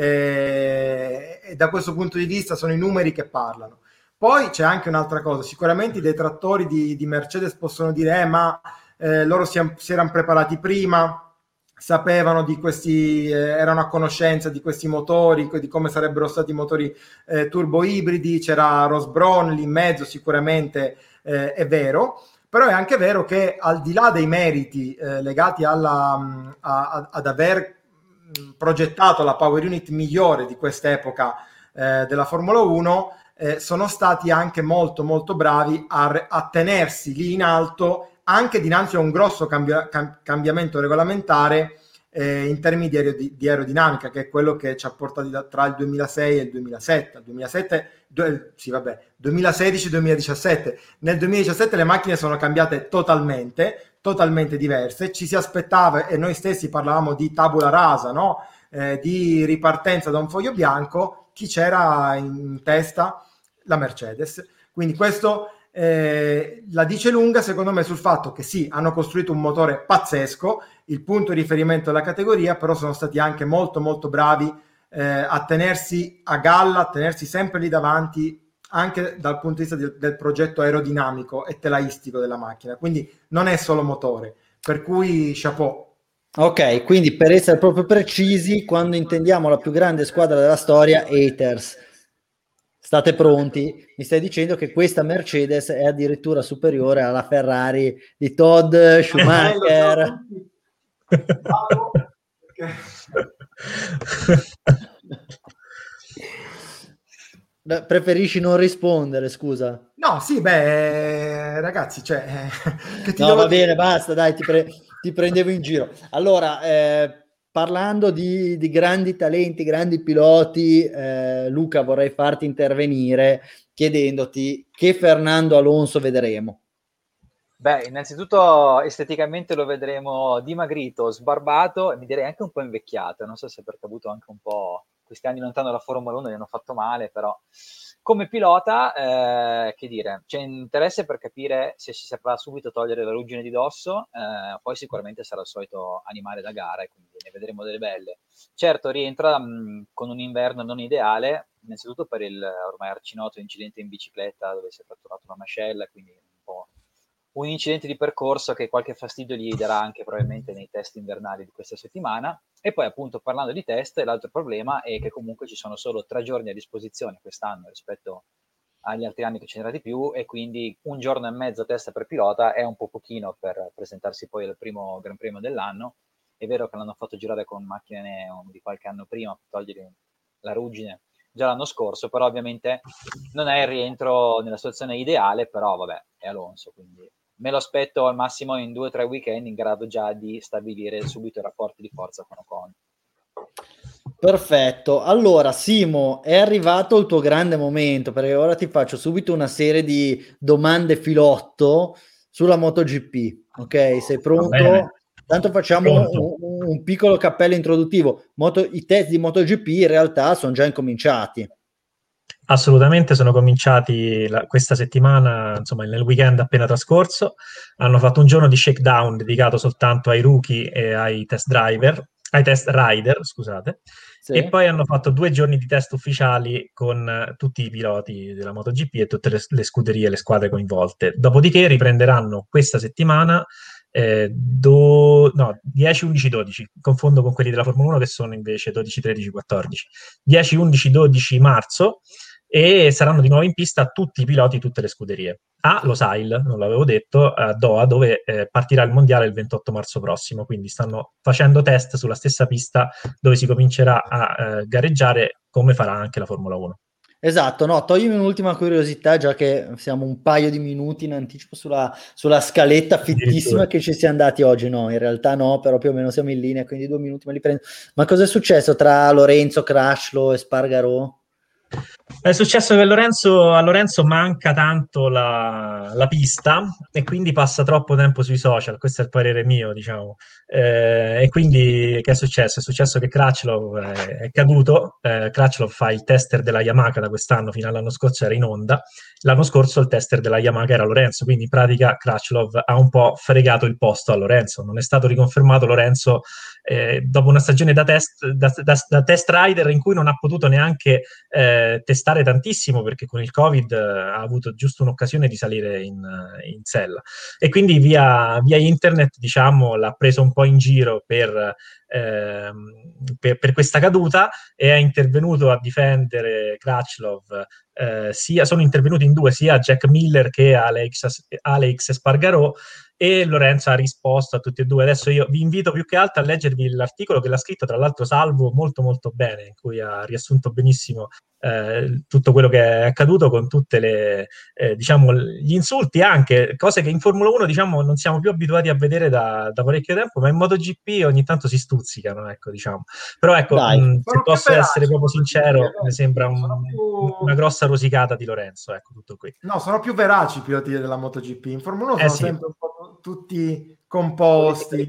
e da questo punto di vista sono i numeri che parlano. Poi c'è anche un'altra cosa, sicuramente i detrattori di Mercedes possono dire ma loro si erano preparati prima, sapevano di questi, erano a conoscenza di questi motori, di come sarebbero stati i motori turbo ibridi, c'era Ross Brawn lì in mezzo, sicuramente è vero. Però è anche vero che al di là dei meriti legati ad aver progettato la power unit migliore di quest'epoca della Formula 1, sono stati anche molto molto bravi a tenersi lì in alto anche dinanzi a un grosso cambiamento regolamentare in termini di aerodinamica, che è quello che ci ha portati tra il 2006 e il 2007. 2016-2017. Nel 2017 le macchine sono cambiate totalmente diverse. Ci si aspettava, e noi stessi parlavamo di tabula rasa, no? Di ripartenza da un foglio bianco. Chi c'era in testa? La Mercedes. Quindi questo la dice lunga, secondo me, sul fatto che sì, hanno costruito un motore pazzesco, il punto di riferimento della categoria, però sono stati anche molto molto bravi a tenersi a galla, a tenersi sempre lì davanti, anche dal punto di vista del progetto aerodinamico e telaistico della macchina. Quindi non è solo motore, per cui chapeau. Ok, quindi per essere proprio precisi, quando intendiamo la più grande squadra della storia, haters, state pronti? Mi stai dicendo che questa Mercedes è addirittura superiore alla Ferrari di Todd Schumacher? Preferisci non rispondere, scusa? No, sì, beh, ragazzi, cioè, che ti No, devo va dire? bene, basta, dai, ti prendevo in giro. Allora, parlando di grandi talenti, grandi piloti, Luca, vorrei farti intervenire chiedendoti che Fernando Alonso vedremo. Beh, innanzitutto esteticamente lo vedremo dimagrito, sbarbato e mi direi anche un po' invecchiato. Non so se perché ha avuto anche un po' questi anni lontano dalla Formula 1 gli hanno fatto male, però come pilota, che dire, c'è interesse per capire se si saprà subito togliere la ruggine di dosso, poi sicuramente sarà il solito animale da gara e quindi ne vedremo delle belle. Certo, rientra con un inverno non ideale, innanzitutto per il ormai arcinoto incidente in bicicletta dove si è fratturato una mascella, quindi un po' un incidente di percorso che qualche fastidio gli darà anche probabilmente nei test invernali di questa settimana. E poi appunto parlando di test, l'altro problema è che comunque ci sono solo 3 giorni a disposizione quest'anno rispetto agli altri anni che ce n'era di più, e quindi un giorno e mezzo test per pilota è un po' pochino per presentarsi poi al primo Gran Premio dell'anno. È vero che l'hanno fatto girare con macchine di qualche anno prima per togliere la ruggine già l'anno scorso, però ovviamente non è il rientro nella situazione ideale, però vabbè, è Alonso, quindi me lo aspetto al massimo in 2 o 3 weekend in grado già di stabilire subito i rapporti di forza con Ocon. Perfetto, allora Simo, è arrivato il tuo grande momento, perché ora ti faccio subito una serie di domande filotto sulla MotoGP, ok? Sei pronto? Tanto facciamo un piccolo cappello introduttivo. I test di MotoGP in realtà sono già incominciati. Assolutamente, sono cominciati questa settimana, insomma nel weekend appena trascorso. Hanno fatto un giorno di shakedown dedicato soltanto ai rookie e ai test rider, scusate. Sì. E poi hanno fatto 2 giorni di test ufficiali con tutti i piloti della MotoGP e tutte le scuderie e le squadre coinvolte. Dopodiché riprenderanno questa settimana 10, 11, 12, confondo con quelli della Formula 1 che sono invece 12, 13, 14. 10, 11, 12 marzo, e saranno di nuovo in pista tutti i piloti, tutte le scuderie. A Losail, non l'avevo detto, a Doha, dove partirà il mondiale il 28 marzo prossimo, quindi stanno facendo test sulla stessa pista dove si comincerà a gareggiare, come farà anche la Formula 1. Esatto, no, toglimi un'ultima curiosità, già che siamo un paio di minuti in anticipo sulla scaletta fittissima che ci siamo dati oggi. No, in realtà no, però più o meno siamo in linea, quindi 2 minuti me li prendo. Ma cosa è successo tra Lorenzo, Crashlow e Spargarò? È successo che a Lorenzo manca tanto la pista e quindi passa troppo tempo sui social, questo è il parere mio, diciamo. E quindi che è successo? È successo che Crutchlow è caduto. Crutchlow fa il tester della Yamaha da quest'anno, fino all'anno scorso era in Honda. L'anno scorso il tester della Yamaha era Lorenzo, quindi in pratica Crutchlow ha un po' fregato il posto a Lorenzo. Non è stato riconfermato Lorenzo dopo una stagione da test rider in cui non ha potuto neanche testare tantissimo, perché con il Covid ha avuto giusto un'occasione di salire in sella, e quindi via internet, diciamo, l'ha preso un po' in giro per questa caduta, e è intervenuto a difendere Crutchlow. Sono intervenuti in 2, sia Jack Miller che Alex Spargarò, e Lorenzo ha risposto a tutti e 2. Adesso io vi invito più che altro a leggervi l'articolo che l'ha scritto, tra l'altro Salvo, molto molto bene, in cui ha riassunto benissimo tutto quello che è accaduto, con tutte le diciamo gli insulti, anche cose che in Formula 1 diciamo non siamo più abituati a vedere da parecchio tempo, ma in MotoGP ogni tanto si stuzzicano, ecco, diciamo. Però ecco, se posso essere proprio sincero, mi sembra una grossa rosicata di Lorenzo, ecco, tutto qui. No, sono più veraci i piloti della MotoGP. In Formula 1 sono sì, sempre un po' tutti composti.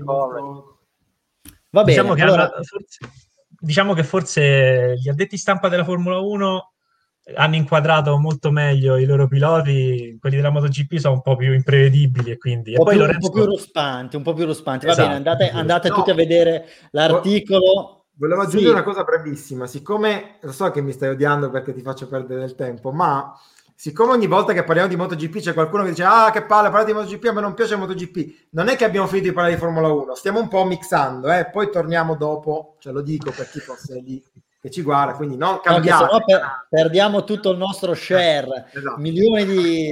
Va bene, diciamo che diciamo che forse gli addetti stampa della Formula 1 hanno inquadrato molto meglio i loro piloti. Quelli della MotoGP sono un po' più imprevedibili, e quindi un po' più ruspanti. Esatto, Va bene, andate tutti a vedere l'articolo. Volevo aggiungere una cosa brevissima. Siccome lo so che mi stai odiando perché ti faccio perdere del tempo, ma siccome ogni volta che parliamo di MotoGP c'è qualcuno che dice che palle, parlare di MotoGP, a me non piace MotoGP, non è che abbiamo finito di parlare di Formula 1, stiamo un po' mixando, poi torniamo dopo, lo dico per chi fosse lì che ci guarda, quindi non cambiate. No, perdiamo tutto il nostro share, esatto. Milioni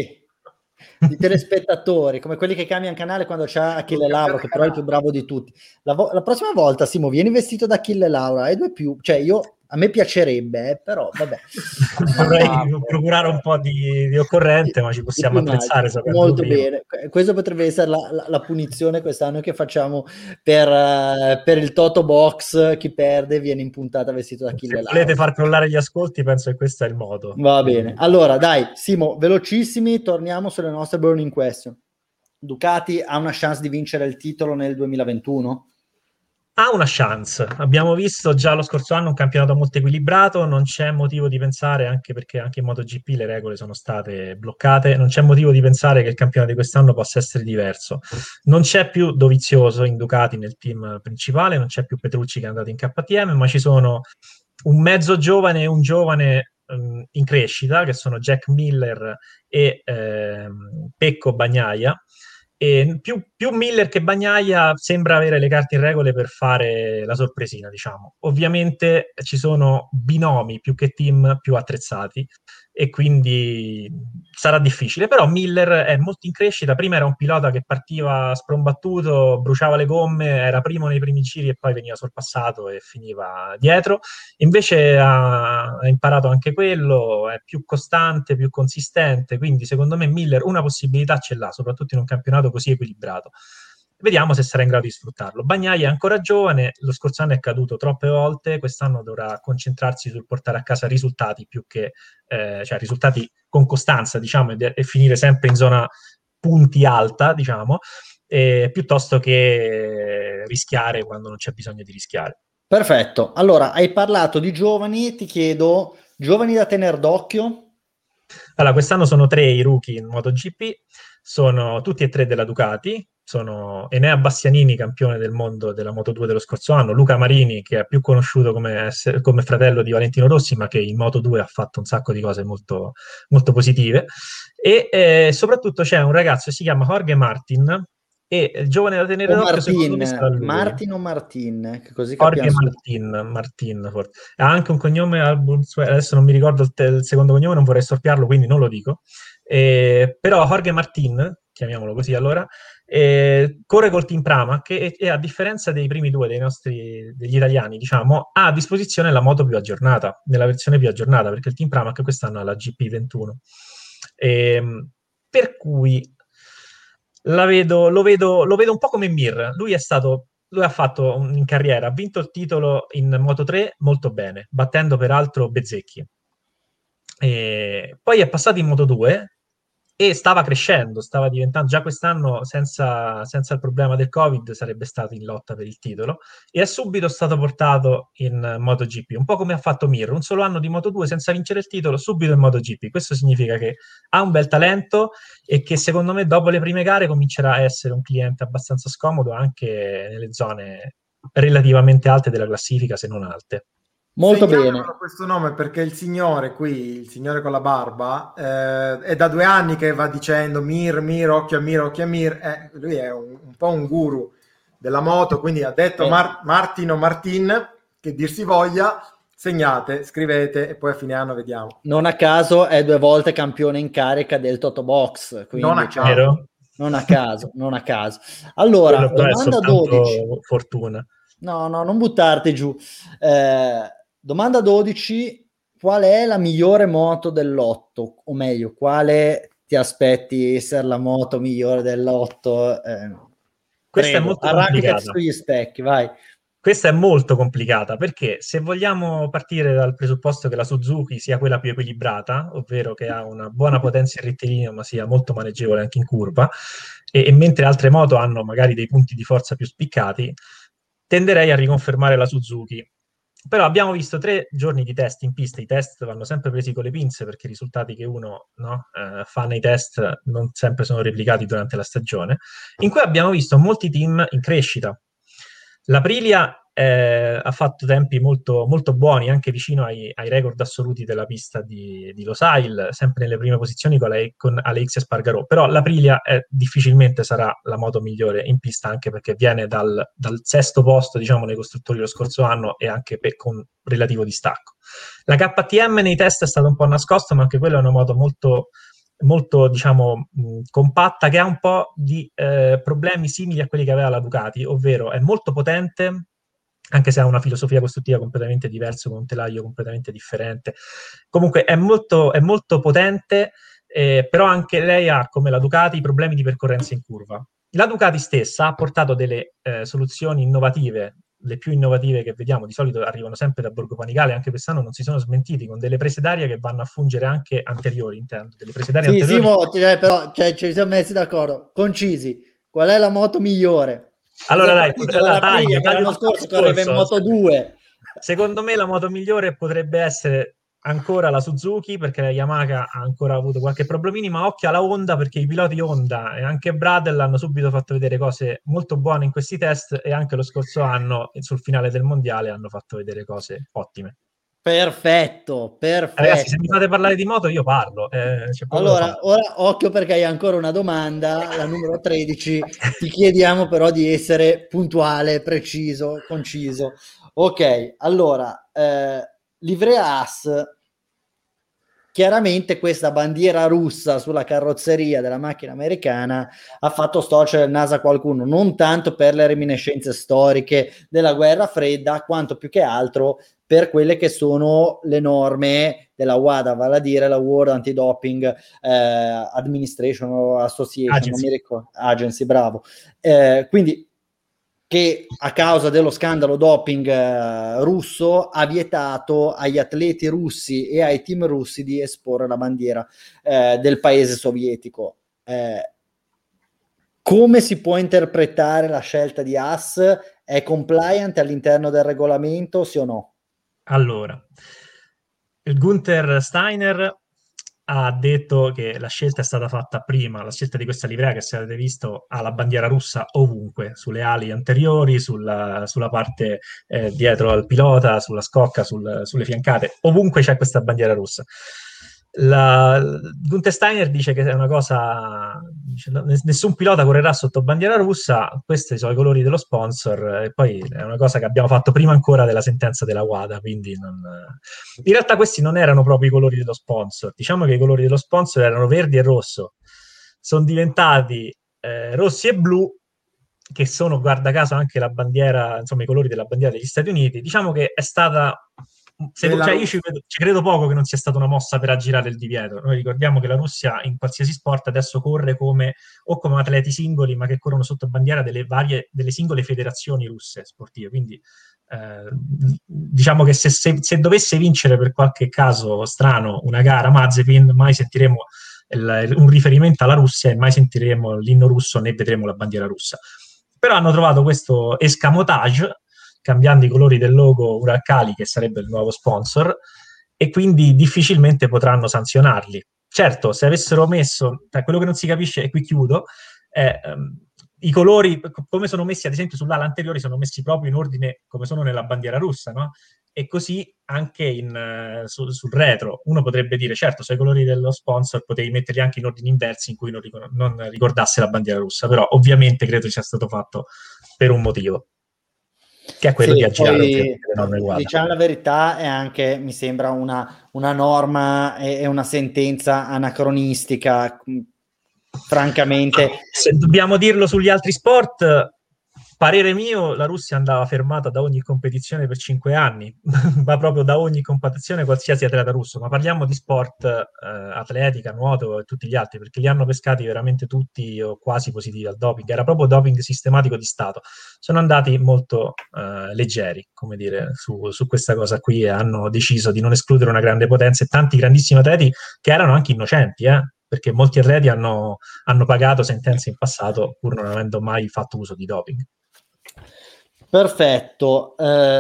di telespettatori, come quelli che cambiano canale quando c'è Achille Lauro, che però è il più bravo di tutti. La prossima volta, Simo, vieni vestito da Achille Lauro, hai 2 più, a me piacerebbe, però vabbè. Vorrei procurare un po' di occorrente, ma ci possiamo attrezzare. Molto bene. Questo potrebbe essere la punizione quest'anno che facciamo per il Toto Box. Chi perde viene in puntata vestito da Achille Lauro. Se volete far crollare gli ascolti, penso che questo è il modo. Va bene. Allora, dai, Simo, velocissimi, torniamo sulle nostre burning question. Ducati ha una chance di vincere il titolo nel 2021? Ha una chance. Abbiamo visto già lo scorso anno un campionato molto equilibrato, non c'è motivo di pensare, anche perché anche in MotoGP le regole sono state bloccate, non c'è motivo di pensare che il campionato di quest'anno possa essere diverso. Non c'è più Dovizioso in Ducati nel team principale, non c'è più Petrucci che è andato in KTM, ma ci sono un mezzo giovane e un giovane in crescita, che sono Jack Miller e Pecco Bagnaia. E più Miller che Bagnaia sembra avere le carte in regole per fare la sorpresina, diciamo. Ovviamente ci sono binomi più che team più attrezzati e quindi sarà difficile, però Miller è molto in crescita. Prima era un pilota che partiva sprombattuto, bruciava le gomme, era primo nei primi giri e poi veniva sorpassato e finiva dietro. Invece ha imparato anche quello, è più costante, più consistente, quindi secondo me Miller una possibilità ce l'ha, soprattutto in un campionato così equilibrato. Vediamo se sarà in grado di sfruttarlo. Bagnai è ancora giovane, lo scorso anno è caduto troppe volte, quest'anno dovrà concentrarsi sul portare a casa risultati più che cioè risultati con costanza, diciamo, e finire sempre in zona punti alta, diciamo, piuttosto che rischiare quando non c'è bisogno di rischiare. Perfetto. Allora, hai parlato di giovani, ti chiedo, giovani da tenere d'occhio? Allora, quest'anno sono 3 i rookie in MotoGP, sono tutti e 3 della Ducati, sono Enea Bastianini, campione del mondo della Moto2 dello scorso anno, Luca Marini, che è più conosciuto come fratello di Valentino Rossi, ma che in Moto2 ha fatto un sacco di cose molto, molto positive, e soprattutto c'è un ragazzo che si chiama Jorge Martin, e il giovane da tenere O d'occhio secondo me sarà Martin? lui. Martin o Martin? Che così Jorge capiamo. Martin forse. Ha anche un cognome, adesso non mi ricordo il secondo cognome, non vorrei storpiarlo, quindi non lo dico. Però Jorge Martin, chiamiamolo così allora, corre col Team Pramac e a differenza dei primi due degli italiani, diciamo, ha a disposizione la moto più aggiornata, nella versione più aggiornata, perché il Team Pramac quest'anno ha la GP21. Per cui lo vedo un po' come Mir. Lui ha fatto in carriera, ha vinto il titolo in Moto3 molto bene, battendo peraltro Bezzecchi. Poi è passato in Moto2 e stava crescendo, stava diventando, già quest'anno senza il problema del Covid sarebbe stato in lotta per il titolo e è subito stato portato in MotoGP, un po' come ha fatto Mir, un solo anno di Moto2 senza vincere il titolo, subito in MotoGP. Questo significa che ha un bel talento e che secondo me dopo le prime gare comincerà a essere un cliente abbastanza scomodo anche nelle zone relativamente alte della classifica, se non alte. Molto bene. Questo nome perché il signore qui, il signore con la barba, è da 2 anni che va dicendo Mir, occhio a Mir, occhio a Mir. Lui è un po' un guru della moto, quindi ha detto Martin o Martin, che dir si voglia, segnate, scrivete e poi a fine anno vediamo. Non a caso è 2 volte campione in carica del Toto Box. Quindi, non a caso. Non a caso, non a caso. Allora, domanda 12. Fortuna. No, non buttarti giù. Domanda 12. Qual è la migliore moto dell'otto? O meglio, quale ti aspetti essere la moto migliore dell'otto? Questa è molto complicata. Sugli specchi, vai. Questa è molto complicata perché se vogliamo partire dal presupposto che la Suzuki sia quella più equilibrata, ovvero che ha una buona potenza in rettilineo ma sia molto maneggevole anche in curva, e mentre altre moto hanno magari dei punti di forza più spiccati, tenderei a riconfermare la Suzuki. Però abbiamo visto 3 giorni di test in pista, i test vanno sempre presi con le pinze perché i risultati che uno fa nei test non sempre sono replicati durante la stagione, in cui abbiamo visto molti team in crescita. L'Aprilia ha fatto tempi molto, molto buoni, anche vicino ai record assoluti della pista di Losail, sempre nelle prime posizioni con Aleix Espargaró. Però l'Aprilia difficilmente sarà la moto migliore in pista, anche perché viene dal 6º posto, diciamo, nei costruttori lo scorso anno e anche con relativo distacco. La KTM nei test è stata un po' nascosta, ma anche quella è una moto molto molto, diciamo, compatta, che ha un po' di problemi simili a quelli che aveva la Ducati, ovvero è molto potente, anche se ha una filosofia costruttiva completamente diversa, con un telaio completamente differente. Comunque è molto potente, però anche lei ha, come la Ducati, problemi di percorrenza in curva. La Ducati stessa ha portato delle soluzioni innovative, le più innovative che vediamo, di solito arrivano sempre da Borgo Panigale, anche quest'anno non si sono smentiti, con delle prese d'aria che vanno a fungere anche anteriori, intendo, delle prese d'aria anteriori. Però ci siamo messi d'accordo. Concisi, qual è la moto migliore? Allora dai, l'anno scorso correva in Moto 2. Secondo me la moto migliore potrebbe essere ancora la Suzuki, perché la Yamaha ha ancora avuto qualche problemini, ma occhio alla Honda, perché i piloti Honda e anche Bradel hanno subito fatto vedere cose molto buone in questi test, e anche lo scorso anno sul finale del mondiale hanno fatto vedere cose ottime. Perfetto. Ragazzi, se mi fate parlare di moto io parlo. Allora, ora occhio, perché hai ancora una domanda, la numero 13. Ti chiediamo però di essere puntuale, preciso, conciso. Ok, allora, livrea AS. Chiaramente questa bandiera russa sulla carrozzeria della macchina americana ha fatto storcere il naso a qualcuno, non tanto per le reminiscenze storiche della guerra fredda, quanto più che altro per quelle che sono le norme della WADA, vale a dire la World Anti-Doping Administration o Association, Agency. non mi ricordo, Agency, bravo. Quindi che a causa dello scandalo doping russo ha vietato agli atleti russi e ai team russi di esporre la bandiera del paese sovietico. Come si può interpretare la scelta di AS? È compliant all'interno del regolamento, sì o no? Allora, il Gunther Steiner ha detto che la scelta è stata fatta prima, la scelta di questa livrea, che se avete visto ha la bandiera russa ovunque, sulle ali anteriori, sulla parte dietro al pilota, sulla scocca, sulle fiancate, ovunque c'è questa bandiera russa. Gunther Steiner dice che è una cosa, dice, nessun pilota correrà sotto bandiera russa, questi sono i colori dello sponsor, e poi è una cosa che abbiamo fatto prima ancora della sentenza della WADA, quindi in realtà questi non erano proprio i colori dello sponsor, diciamo che i colori dello sponsor erano verdi e rosso, sono diventati rossi e blu, che sono, guarda caso, anche la bandiera, insomma i colori della bandiera degli Stati Uniti. Diciamo che è stata, io ci credo poco che non sia stata una mossa per aggirare il divieto. Noi ricordiamo che la Russia in qualsiasi sport adesso corre come atleti singoli, ma che corrono sotto bandiera delle singole federazioni russe sportive, quindi diciamo che se dovesse vincere per qualche caso strano una gara Mazepin, mai sentiremo un riferimento alla Russia e mai sentiremo l'inno russo né vedremo la bandiera russa. Però hanno trovato questo escamotage, cambiando i colori del logo Uralkali, che sarebbe il nuovo sponsor, e quindi difficilmente potranno sanzionarli. Certo, se avessero messo, quello che non si capisce, e qui chiudo, è i colori, come sono messi ad esempio sull'ala anteriore, sono messi proprio in ordine come sono nella bandiera russa, no? E così anche sul retro. Uno potrebbe dire, certo, se i colori dello sponsor potevi metterli anche in ordini inversi in cui non ricordasse la bandiera russa, però ovviamente credo sia stato fatto per un motivo, che è quello di aggirare le norme WADA. Diciamo la verità, è anche, mi sembra, una norma e una sentenza anacronistica, francamente. Se dobbiamo dirlo sugli altri sport, parere mio, la Russia andava fermata da ogni competizione per 5 anni, ma proprio da ogni competizione qualsiasi atleta russo, ma parliamo di sport, atletica, nuoto e tutti gli altri, perché li hanno pescati veramente tutti o quasi positivi al doping, era proprio doping sistematico di Stato. Sono andati molto leggeri, come dire, su questa cosa qui, e hanno deciso di non escludere una grande potenza e tanti grandissimi atleti che erano anche innocenti, perché molti atleti hanno pagato sentenze in passato pur non avendo mai fatto uso di doping. Perfetto.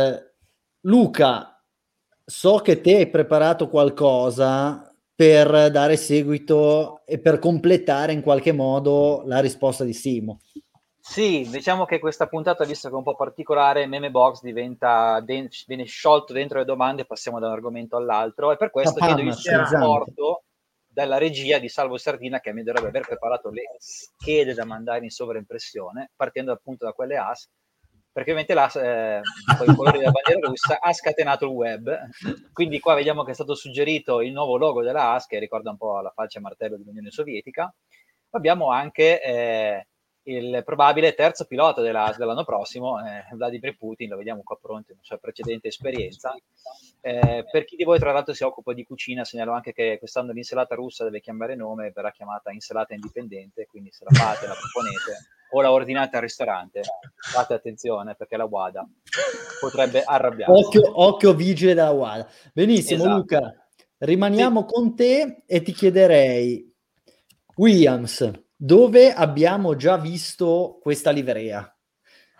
Luca, so che te hai preparato qualcosa per dare seguito e per completare in qualche modo la risposta di Simo. Sì, diciamo che questa puntata, visto che è un po' particolare, Meme Box viene sciolto dentro le domande, passiamo da un argomento all'altro, e per questo chiedo il supporto dalla regia di Salvo Sardina, che mi dovrebbe aver preparato le schede da mandare in sovraimpressione, partendo appunto da quelle AS, perché ovviamente l'AS, con i colori della bandiera russa, ha scatenato il web. Quindi qua vediamo che è stato suggerito il nuovo logo della AS, che ricorda un po' la falce a martello dell'Unione Sovietica. Abbiamo anche il probabile terzo pilota dell'AS dell'anno prossimo, Vladimir Putin, lo vediamo qua pronto, nella sua precedente esperienza. Per chi di voi tra l'altro si occupa di cucina, segnalo anche che quest'anno l'insalata russa deve cambiare nome, verrà chiamata insalata indipendente, quindi se la fate, la proponete o la ordinate al ristorante, fate attenzione perché la WADA potrebbe arrabbiarsi. Occhio vigile della WADA. Benissimo, esatto. Luca, rimaniamo con te e ti chiederei, Williams, dove abbiamo già visto questa livrea?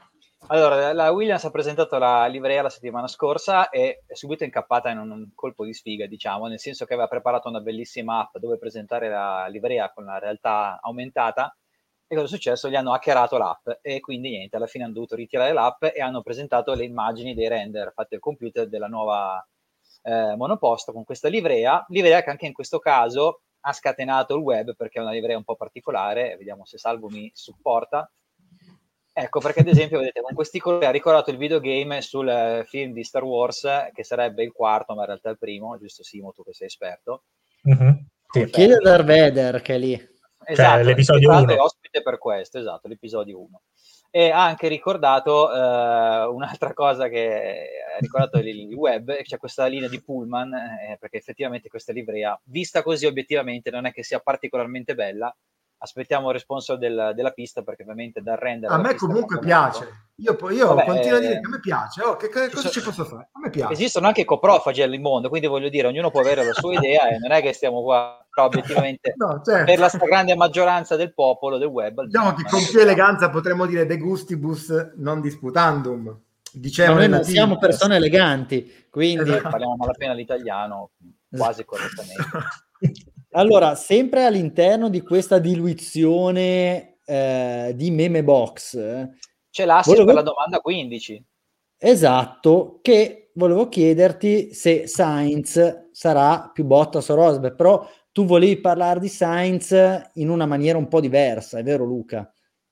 Allora, la Williams ha presentato la livrea la settimana scorsa e è subito incappata in un colpo di sfiga, diciamo, nel senso che aveva preparato una bellissima app dove presentare la livrea con la realtà aumentata. E cosa è successo? Gli hanno hackerato l'app e quindi niente, alla fine hanno dovuto ritirare l'app e hanno presentato le immagini dei render fatti al computer della nuova monoposto con questa livrea che anche in questo caso ha scatenato il web perché è una livrea un po' particolare, vediamo se Salvo mi supporta. Ecco, perché ad esempio, vedete, con questi colori ha ricordato il videogame sul film di Star Wars, che sarebbe il quarto, ma in realtà il primo, giusto Simo, tu che sei esperto. Sì. Chiede Darth Vader che è lì. Esatto, cioè, l'episodio 1 è ospite per questo, esatto, l'episodio 1. E ha anche ricordato un'altra cosa che ha ricordato il web, c'è questa linea di Pullman, perché effettivamente questa livrea, vista così obiettivamente, non è che sia particolarmente bella. Aspettiamo il responso della pista, perché ovviamente dal render a me comunque piace. Io continuo a dire che a me piace. Cosa ci posso fare? A me piace. Esistono anche coprofagi al mondo, quindi voglio dire, ognuno può avere la sua idea e non è che stiamo qua, però obiettivamente no, certo. Per la stragrande maggioranza del popolo, del web. Diciamo che con più eleganza potremmo dire de gustibus non disputandum. Ma noi non siamo persone eleganti, quindi... Parliamo malapena l'italiano, quasi correttamente. Allora, sempre all'interno di questa diluizione di meme box... C'è l'assist per la domanda 15. Esatto, che volevo chiederti se Sainz sarà più Bottas o Rosberg, però tu volevi parlare di Sainz in una maniera un po' diversa, è vero Luca?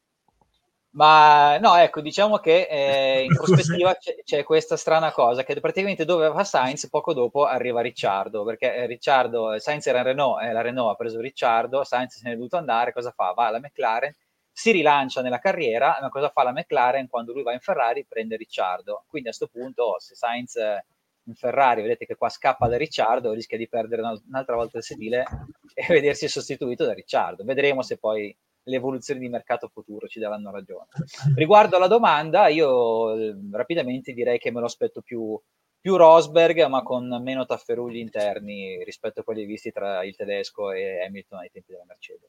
Ma no, ecco, diciamo che in prospettiva c'è questa strana cosa, che praticamente dove va Sainz, poco dopo arriva Ricciardo, perché Sainz era in Renault, la Renault ha preso Ricciardo, Sainz se ne è dovuto andare, cosa fa? Va alla McLaren, si rilancia nella carriera, ma cosa fa la McLaren quando lui va in Ferrari? Prende Ricciardo. Quindi a questo punto, se Sainz in Ferrari, vedete che qua scappa da Ricciardo, rischia di perdere un'altra volta il sedile e vedersi sostituito da Ricciardo. Vedremo se poi le evoluzioni di mercato futuro ci daranno ragione. Riguardo alla domanda, io rapidamente direi che me lo aspetto più Rosberg, ma con meno tafferugli interni rispetto a quelli visti tra il tedesco e Hamilton ai tempi della Mercedes.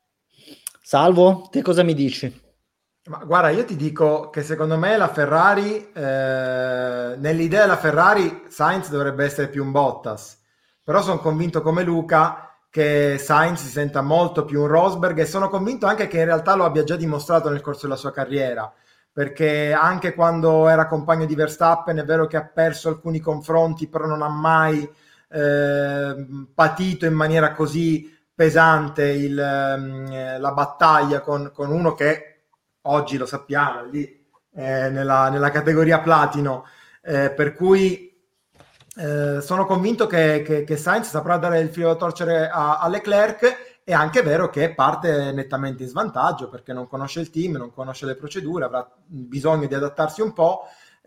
Salvo, te cosa mi dici? Ma guarda, io ti dico che secondo me la Ferrari, nell'idea della Ferrari, Sainz dovrebbe essere più un Bottas, però sono convinto come Luca che Sainz si senta molto più un Rosberg e sono convinto anche che in realtà lo abbia già dimostrato nel corso della sua carriera, perché anche quando era compagno di Verstappen è vero che ha perso alcuni confronti, però non ha mai patito in maniera così pesante la battaglia con uno che oggi lo sappiamo, lì nella categoria platino, per cui sono convinto che Sainz saprà dare il filo da torcere a Leclerc. È anche vero che parte nettamente in svantaggio perché non conosce il team, non conosce le procedure, avrà bisogno di adattarsi un po',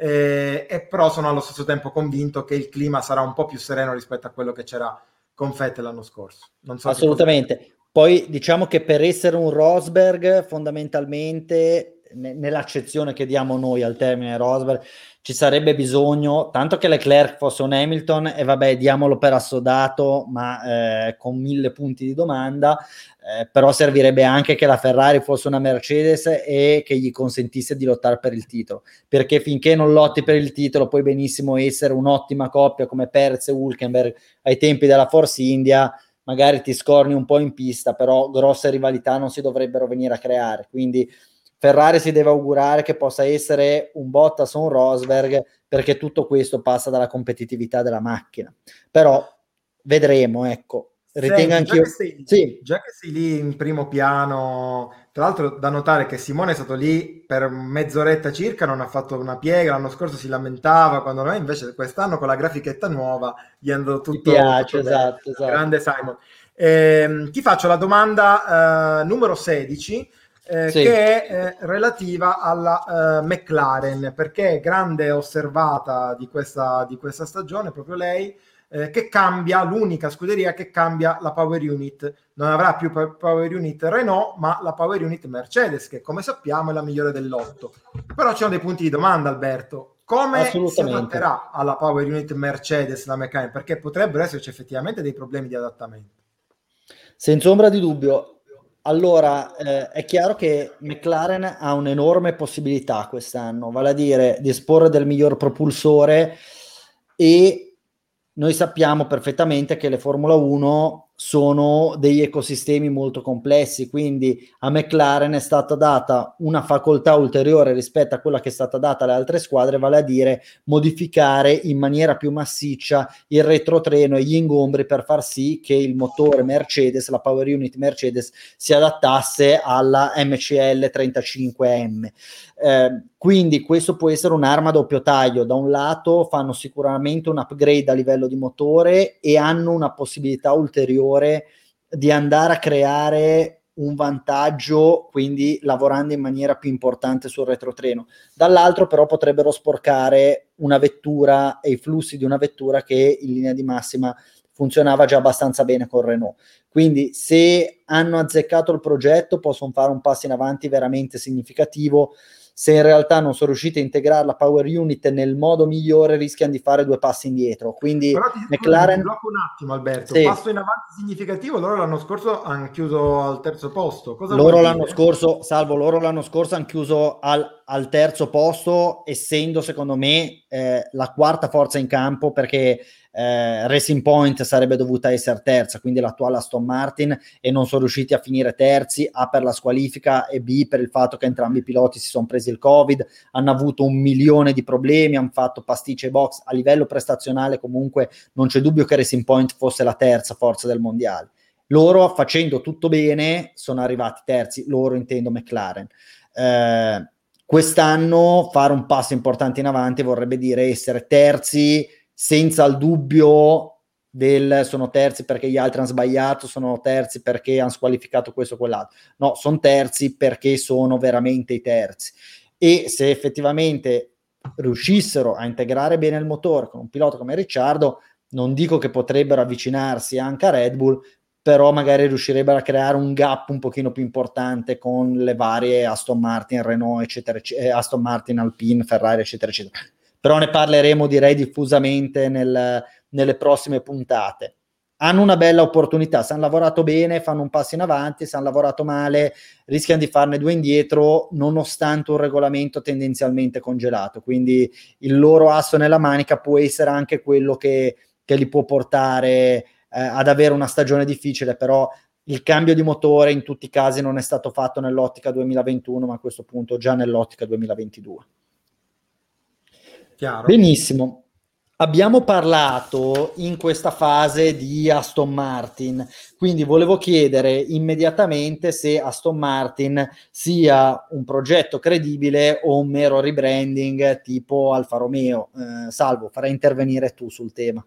e però sono allo stesso tempo convinto che il clima sarà un po' più sereno rispetto a quello che c'era con Vettel l'anno scorso. Non so. Assolutamente. Poi diciamo che per essere un Rosberg, fondamentalmente, nell'accezione che diamo noi al termine Rosberg, ci sarebbe bisogno, tanto che Leclerc fosse un Hamilton, e vabbè, diamolo per assodato, ma con 1000 punti di domanda, però servirebbe anche che la Ferrari fosse una Mercedes e che gli consentisse di lottare per il titolo, perché finché non lotti per il titolo puoi benissimo essere un'ottima coppia come Perez e Hülkenberg ai tempi della Force India, magari ti scorni un po' in pista, però grosse rivalità non si dovrebbero venire a creare, quindi Ferrari si deve augurare che possa essere un Bottas o un Rosberg, perché tutto questo passa dalla competitività della macchina, però vedremo, ecco. Ritengo anch'io. Già che sei lì in primo piano, tra l'altro da notare che Simone è stato lì per mezz'oretta circa, non ha fatto una piega, l'anno scorso si lamentava, quando noi invece quest'anno con la grafichetta nuova gli è andato tutto, mi piace, tutto esatto. Grande Simon. Ti faccio la domanda numero 16, sì, che è relativa alla McLaren, perché è grande osservata di questa stagione, proprio lei, che cambia, l'unica scuderia che cambia la power unit. Non avrà più power unit Renault, ma la power unit Mercedes, che come sappiamo è la migliore del lotto. Però ci sono dei punti di domanda, Alberto. Come si adatterà alla power unit Mercedes la McLaren? Perché potrebbero esserci effettivamente dei problemi di adattamento. Senza ombra di dubbio. Allora, è chiaro che McLaren ha un'enorme possibilità quest'anno, vale a dire di esporre del miglior propulsore, e noi sappiamo perfettamente che le Formula 1 sono degli ecosistemi molto complessi, quindi a McLaren è stata data una facoltà ulteriore rispetto a quella che è stata data alle altre squadre, vale a dire modificare in maniera più massiccia il retrotreno e gli ingombri per far sì che il motore Mercedes, la power unit Mercedes, si adattasse alla MCL 35M. Quindi questo può essere un'arma a doppio taglio. Da un lato fanno sicuramente un upgrade a livello di motore e hanno una possibilità ulteriore di andare a creare un vantaggio, quindi lavorando in maniera più importante sul retrotreno. Dall'altro però potrebbero sporcare una vettura e i flussi di una vettura che in linea di massima funzionava già abbastanza bene con Renault. Quindi se hanno azzeccato il progetto possono fare un passo in avanti veramente significativo. Se in realtà non sono riusciti a integrare la power unit nel modo migliore, rischiano di fare 2 passi indietro. Quindi però McLaren... ti blocco un attimo, Alberto. Sì. Passo in avanti significativo, loro l'anno scorso hanno chiuso al terzo posto. Cosa loro vuol l'anno dire? scorso, salvo loro l'anno scorso, hanno chiuso al terzo posto, essendo secondo me la quarta forza in campo, perché Racing Point sarebbe dovuta essere terza, quindi l'attuale Aston Martin, e non sono riusciti a finire terzi, A per la squalifica e B per il fatto che entrambi i piloti si sono presi il Covid, hanno avuto 1 milione di problemi, hanno fatto pasticce box. A livello prestazionale comunque non c'è dubbio che Racing Point fosse la terza forza del mondiale. Loro, facendo tutto bene, sono arrivati terzi, loro intendo McLaren. Quest'anno fare un passo importante in avanti vorrebbe dire essere terzi senza il dubbio del sono terzi perché gli altri hanno sbagliato, sono terzi perché hanno squalificato questo o quell'altro. No, sono terzi perché sono veramente i terzi. E se effettivamente riuscissero a integrare bene il motore con un pilota come Ricciardo, non dico che potrebbero avvicinarsi anche a Red Bull, però magari riuscirebbero a creare un gap un pochino più importante con le varie Aston Martin, Renault, eccetera, Aston Martin, Alpine, Ferrari, eccetera, eccetera. Però ne parleremo, direi, diffusamente nelle prossime puntate. Hanno una bella opportunità, se hanno lavorato bene fanno un passo in avanti, se hanno lavorato male rischiano di farne 2 indietro, nonostante un regolamento tendenzialmente congelato. Quindi il loro asso nella manica può essere anche quello che li può portare ad avere una stagione difficile, però il cambio di motore in tutti i casi non è stato fatto nell'ottica 2021, ma a questo punto già nell'ottica 2022. Chiaro. Benissimo. Abbiamo parlato in questa fase di Aston Martin, quindi volevo chiedere immediatamente se Aston Martin sia un progetto credibile o un mero rebranding tipo Alfa Romeo. Salvo, farai intervenire tu sul tema.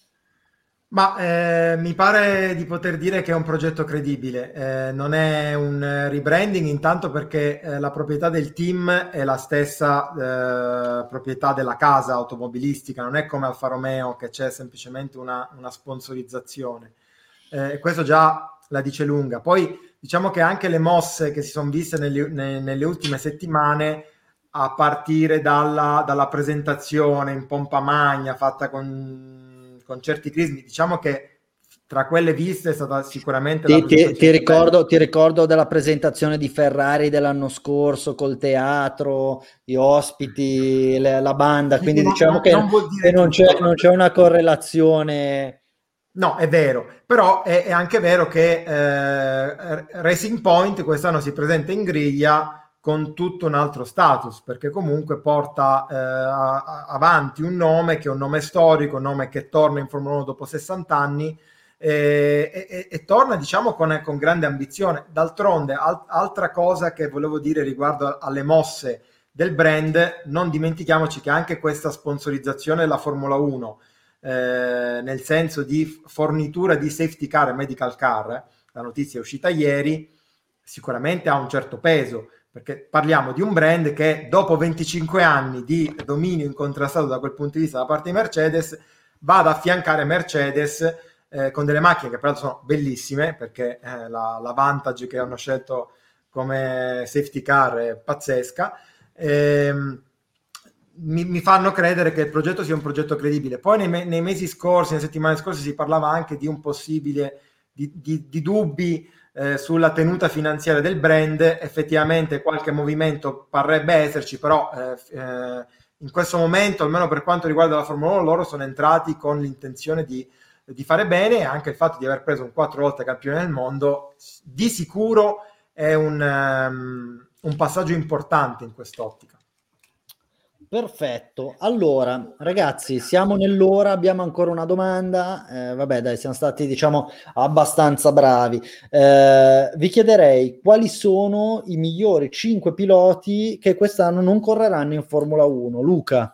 Ma mi pare di poter dire che è un progetto credibile. Non è un rebranding, intanto perché la proprietà del team è la stessa proprietà della casa automobilistica, non è come Alfa Romeo che c'è semplicemente una sponsorizzazione. Questo già la dice lunga. Poi diciamo che anche le mosse che si sono viste nelle ultime settimane, a partire dalla presentazione in pompa magna fatta con certi crismi, diciamo che tra quelle viste è stata sicuramente la ti ricordo della presentazione di Ferrari dell'anno scorso col teatro, gli ospiti, la banda, quindi diciamo che non c'è una correlazione. No, è vero, però è anche vero che Racing Point quest'anno si presenta in griglia con tutto un altro status, perché comunque porta avanti un nome che è un nome storico, un nome che torna in Formula 1 dopo 60 anni e torna, diciamo, con grande ambizione. D'altronde, altra cosa che volevo dire riguardo alle mosse del brand, non dimentichiamoci che anche questa sponsorizzazione della Formula 1, nel senso di fornitura di safety car e medical car, la notizia è uscita ieri, sicuramente ha un certo peso, perché parliamo di un brand che dopo 25 anni di dominio incontrastato da quel punto di vista da parte di Mercedes va ad affiancare Mercedes con delle macchine che peraltro sono bellissime, perché la Vantage che hanno scelto come safety car è pazzesca. Mi fanno credere che il progetto sia un progetto credibile. Poi nei mesi scorsi, nelle settimane scorse, si parlava anche di un possibile di dubbi sulla tenuta finanziaria del brand. Effettivamente qualche movimento parrebbe esserci, però in questo momento, almeno per quanto riguarda la Formula 1, loro sono entrati con l'intenzione di fare bene, e anche il fatto di aver preso un 4 volte campione del mondo di sicuro è un passaggio importante in quest'ottica. Perfetto, allora ragazzi, siamo nell'ora, abbiamo ancora una domanda, vabbè dai, siamo stati diciamo abbastanza bravi. Vi chiederei quali sono i migliori 5 piloti che quest'anno non correranno in Formula 1. Luca?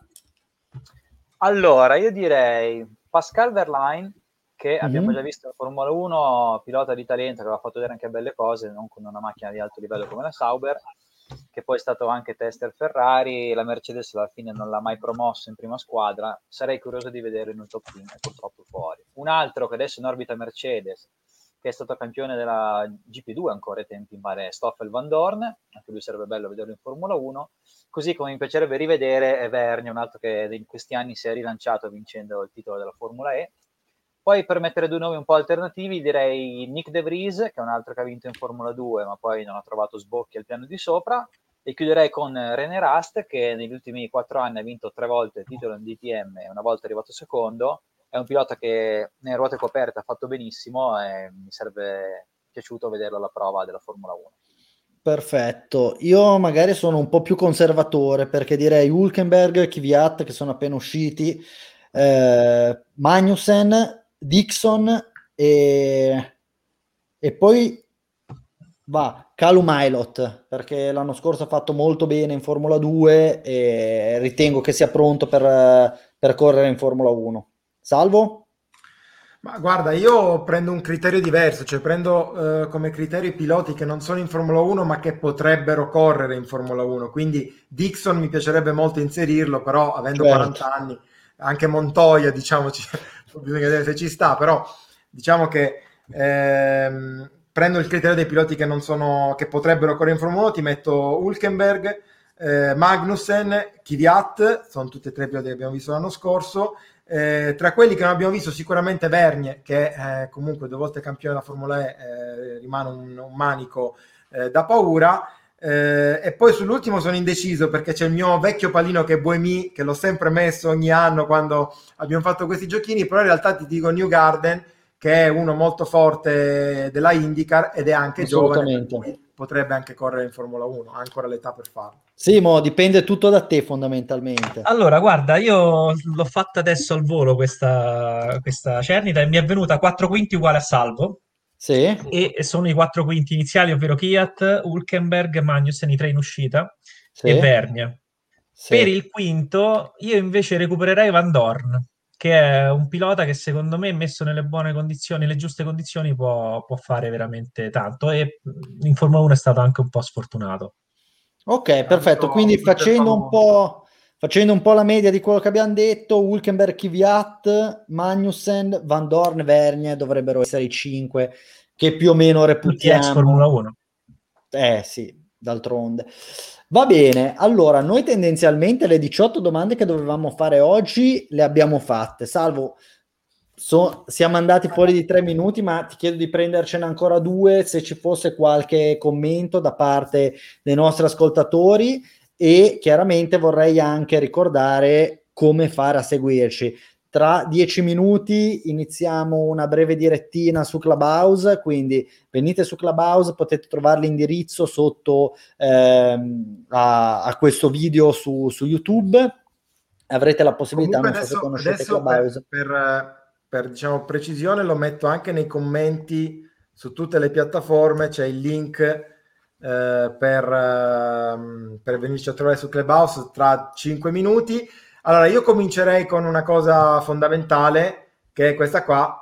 Allora, io direi Pascal Wehrlein, che abbiamo già visto in Formula 1, pilota di talento che aveva fatto vedere anche belle cose, non con una macchina di alto livello come la Sauber, che poi è stato anche tester Ferrari. La Mercedes alla fine non l'ha mai promosso in prima squadra, sarei curioso di vederlo in un top team, è purtroppo fuori. Un altro che adesso in orbita Mercedes, che è stato campione della GP2 ancora ai tempi in mare, Stoffel Van Dorn, anche lui sarebbe bello vederlo in Formula 1, così come mi piacerebbe rivedere Vergne, un altro che in questi anni si è rilanciato vincendo il titolo della Formula E. Poi per mettere due nomi un po' alternativi direi Nick De Vries, che è un altro che ha vinto in Formula 2 ma poi non ha trovato sbocchi al piano di sopra, e chiuderei con René Rast, che negli ultimi 4 anni ha vinto 3 volte il titolo in DTM e una volta è arrivato secondo. È un pilota che nelle ruote coperte ha fatto benissimo e mi sarebbe piaciuto vederlo alla prova della Formula 1. Perfetto, io magari sono un po' più conservatore perché direi Hülkenberg, Kvyat che sono appena usciti, Magnussen, Dixon e poi va Calum Aylott, perché l'anno scorso ha fatto molto bene in Formula 2 e ritengo che sia pronto per correre in Formula 1. Salvo? Ma guarda, io prendo un criterio diverso, cioè prendo come criterio i piloti che non sono in Formula 1 ma che potrebbero correre in Formula 1, quindi Dixon mi piacerebbe molto inserirlo, però avendo 40 anni, anche Montoya, diciamo, bisogna vedere se ci sta, però diciamo che prendo il criterio dei piloti che non sono, che potrebbero correre in Formula 1, ti metto Hülkenberg, Magnussen, Kvyat, sono tutti e tre piloti che abbiamo visto l'anno scorso. Tra quelli che non abbiamo visto sicuramente Vergne, che comunque 2 volte campione della Formula E, rimane un manico da paura, e poi sull'ultimo sono indeciso perché c'è il mio vecchio pallino che è Buemi, che l'ho sempre messo ogni anno quando abbiamo fatto questi giochini, però in realtà ti dico Newgarden, che è uno molto forte della IndyCar ed è anche giovane, per cui potrebbe anche correre in Formula 1, ha ancora l'età per farlo. Sì, dipende tutto da te fondamentalmente. Allora, guarda, io l'ho fatta adesso al volo questa cernita e mi è venuta 4 quinti uguale a Salvo. Sì. E sono i 4 quinti iniziali, ovvero Kvyat, Hülkenberg, Magnussen, i 3 in uscita, e Vergne. Sì. Per il quinto io invece recupererei Van Dorn, che è un pilota che secondo me, messo nelle buone condizioni, le giuste condizioni, può fare veramente tanto, e in Formula 1 è stato anche un po' sfortunato. Ok, perfetto, quindi facendo un po' la media di quello che abbiamo detto, Hülkenberg, Kvyat, Magnussen, Van Dorn, Vergne dovrebbero essere i 5 che più o meno reputiamo. Tutti ex Formula 1. Sì, d'altronde. Va bene, allora noi tendenzialmente le 18 domande che dovevamo fare oggi le abbiamo fatte, salvo siamo andati fuori di 3 minuti, ma ti chiedo di prendercene ancora 2 se ci fosse qualche commento da parte dei nostri ascoltatori, e chiaramente vorrei anche ricordare come fare a seguirci. Tra 10 minuti iniziamo una breve direttina su Clubhouse, quindi venite su Clubhouse, potete trovare l'indirizzo sotto a questo video su YouTube, avrete la possibilità. Comunque non so se conoscete Clubhouse. Per diciamo precisione lo metto anche nei commenti su tutte le piattaforme, c'è il link per venirci a trovare su Clubhouse tra 5 minuti. Allora io comincerei con una cosa fondamentale, che è questa qua.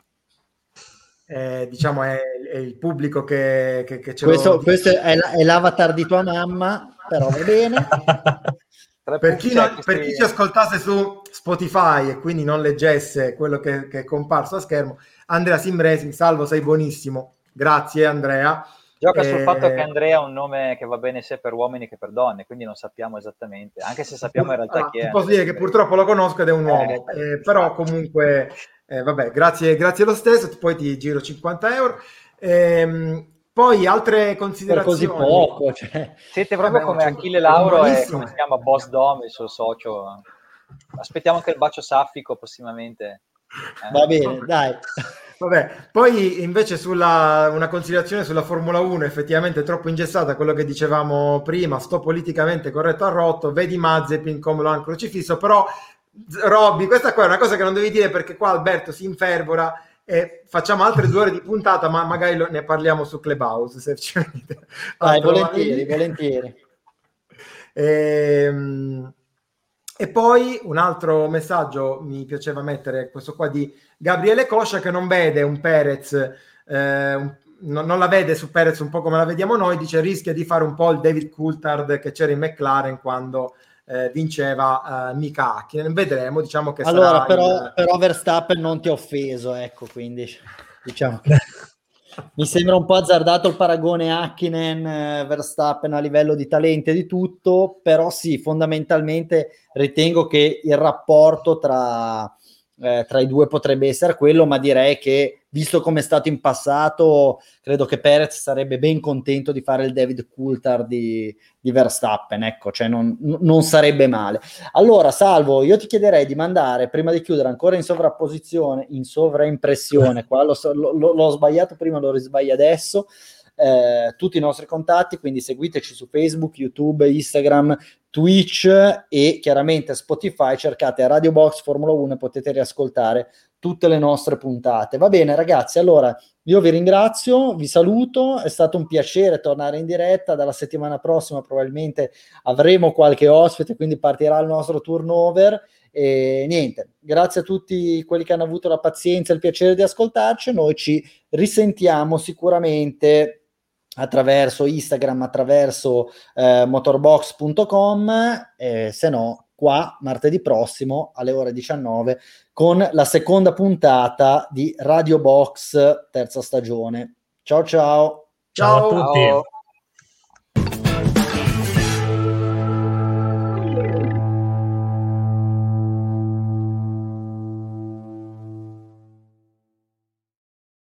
Diciamo è il pubblico che ce questo è l'avatar di tua mamma, però va bene. Per chi ci ascoltasse su Spotify e quindi non leggesse quello che è comparso a schermo, Andrea Simresi, Salvo, sei buonissimo, grazie Andrea. Gioca sul fatto che Andrea ha un nome che va bene sia per uomini che per donne, quindi non sappiamo esattamente, anche se sappiamo in realtà chi è. Ti posso dire che purtroppo lo conosco ed è un uomo, però comunque Vabbè, grazie lo stesso, poi ti giro 50 euro. Poi altre Per considerazioni. così poco, cioè. Siete proprio come Achille Lauro e come si chiama Boss Dom, il suo socio. Aspettiamo anche il bacio saffico prossimamente. Va bene, dai. Vabbè, poi invece una considerazione sulla Formula 1, effettivamente troppo ingessata, quello che dicevamo prima, sto politicamente corretto a rotto, vedi Mazepin come lo hanno crocifisso, però Robby, questa qua è una cosa che non devi dire perché qua Alberto si infervora e facciamo altre 2 ore di puntata, ma magari ne parliamo su Clubhouse, se ci venite. Dai, volentieri. E poi un altro messaggio mi piaceva mettere, questo qua di Gabriele Coscia, che non vede un Perez, non la vede su Perez un po' come la vediamo noi, dice rischia di fare un po' il David Coulthard che c'era in McLaren quando vinceva Mika Hakkinen. Vedremo, diciamo che allora, sarà però Verstappen non ti ha offeso, ecco, quindi diciamo che mi sembra un po' azzardato il paragone Hakkinen-Verstappen a livello di talenti e di tutto, però sì, fondamentalmente ritengo che il rapporto tra i due potrebbe essere quello, ma direi che, visto come è stato in passato, credo che Perez sarebbe ben contento di fare il David Coulthard di Verstappen, ecco, cioè non sarebbe male. Allora, Salvo, io ti chiederei di mandare, prima di chiudere, ancora in sovraimpressione, qua l'ho sbagliato prima, lo risbaglio adesso, tutti i nostri contatti, quindi seguiteci su Facebook, YouTube, Instagram, Twitch e chiaramente Spotify, cercate Radio Box Formula 1 e potete riascoltare tutte le nostre puntate. Va bene ragazzi, allora io vi ringrazio, vi saluto, è stato un piacere tornare in diretta, dalla settimana prossima probabilmente avremo qualche ospite, quindi partirà il nostro turnover e niente, grazie a tutti quelli che hanno avuto la pazienza e il piacere di ascoltarci, noi ci risentiamo sicuramente attraverso Instagram, attraverso motorbox.com, se no qua martedì prossimo alle ore 19 con la seconda puntata di Radio Box terza stagione. Ciao ciao. Ciao a tutti. Ciao.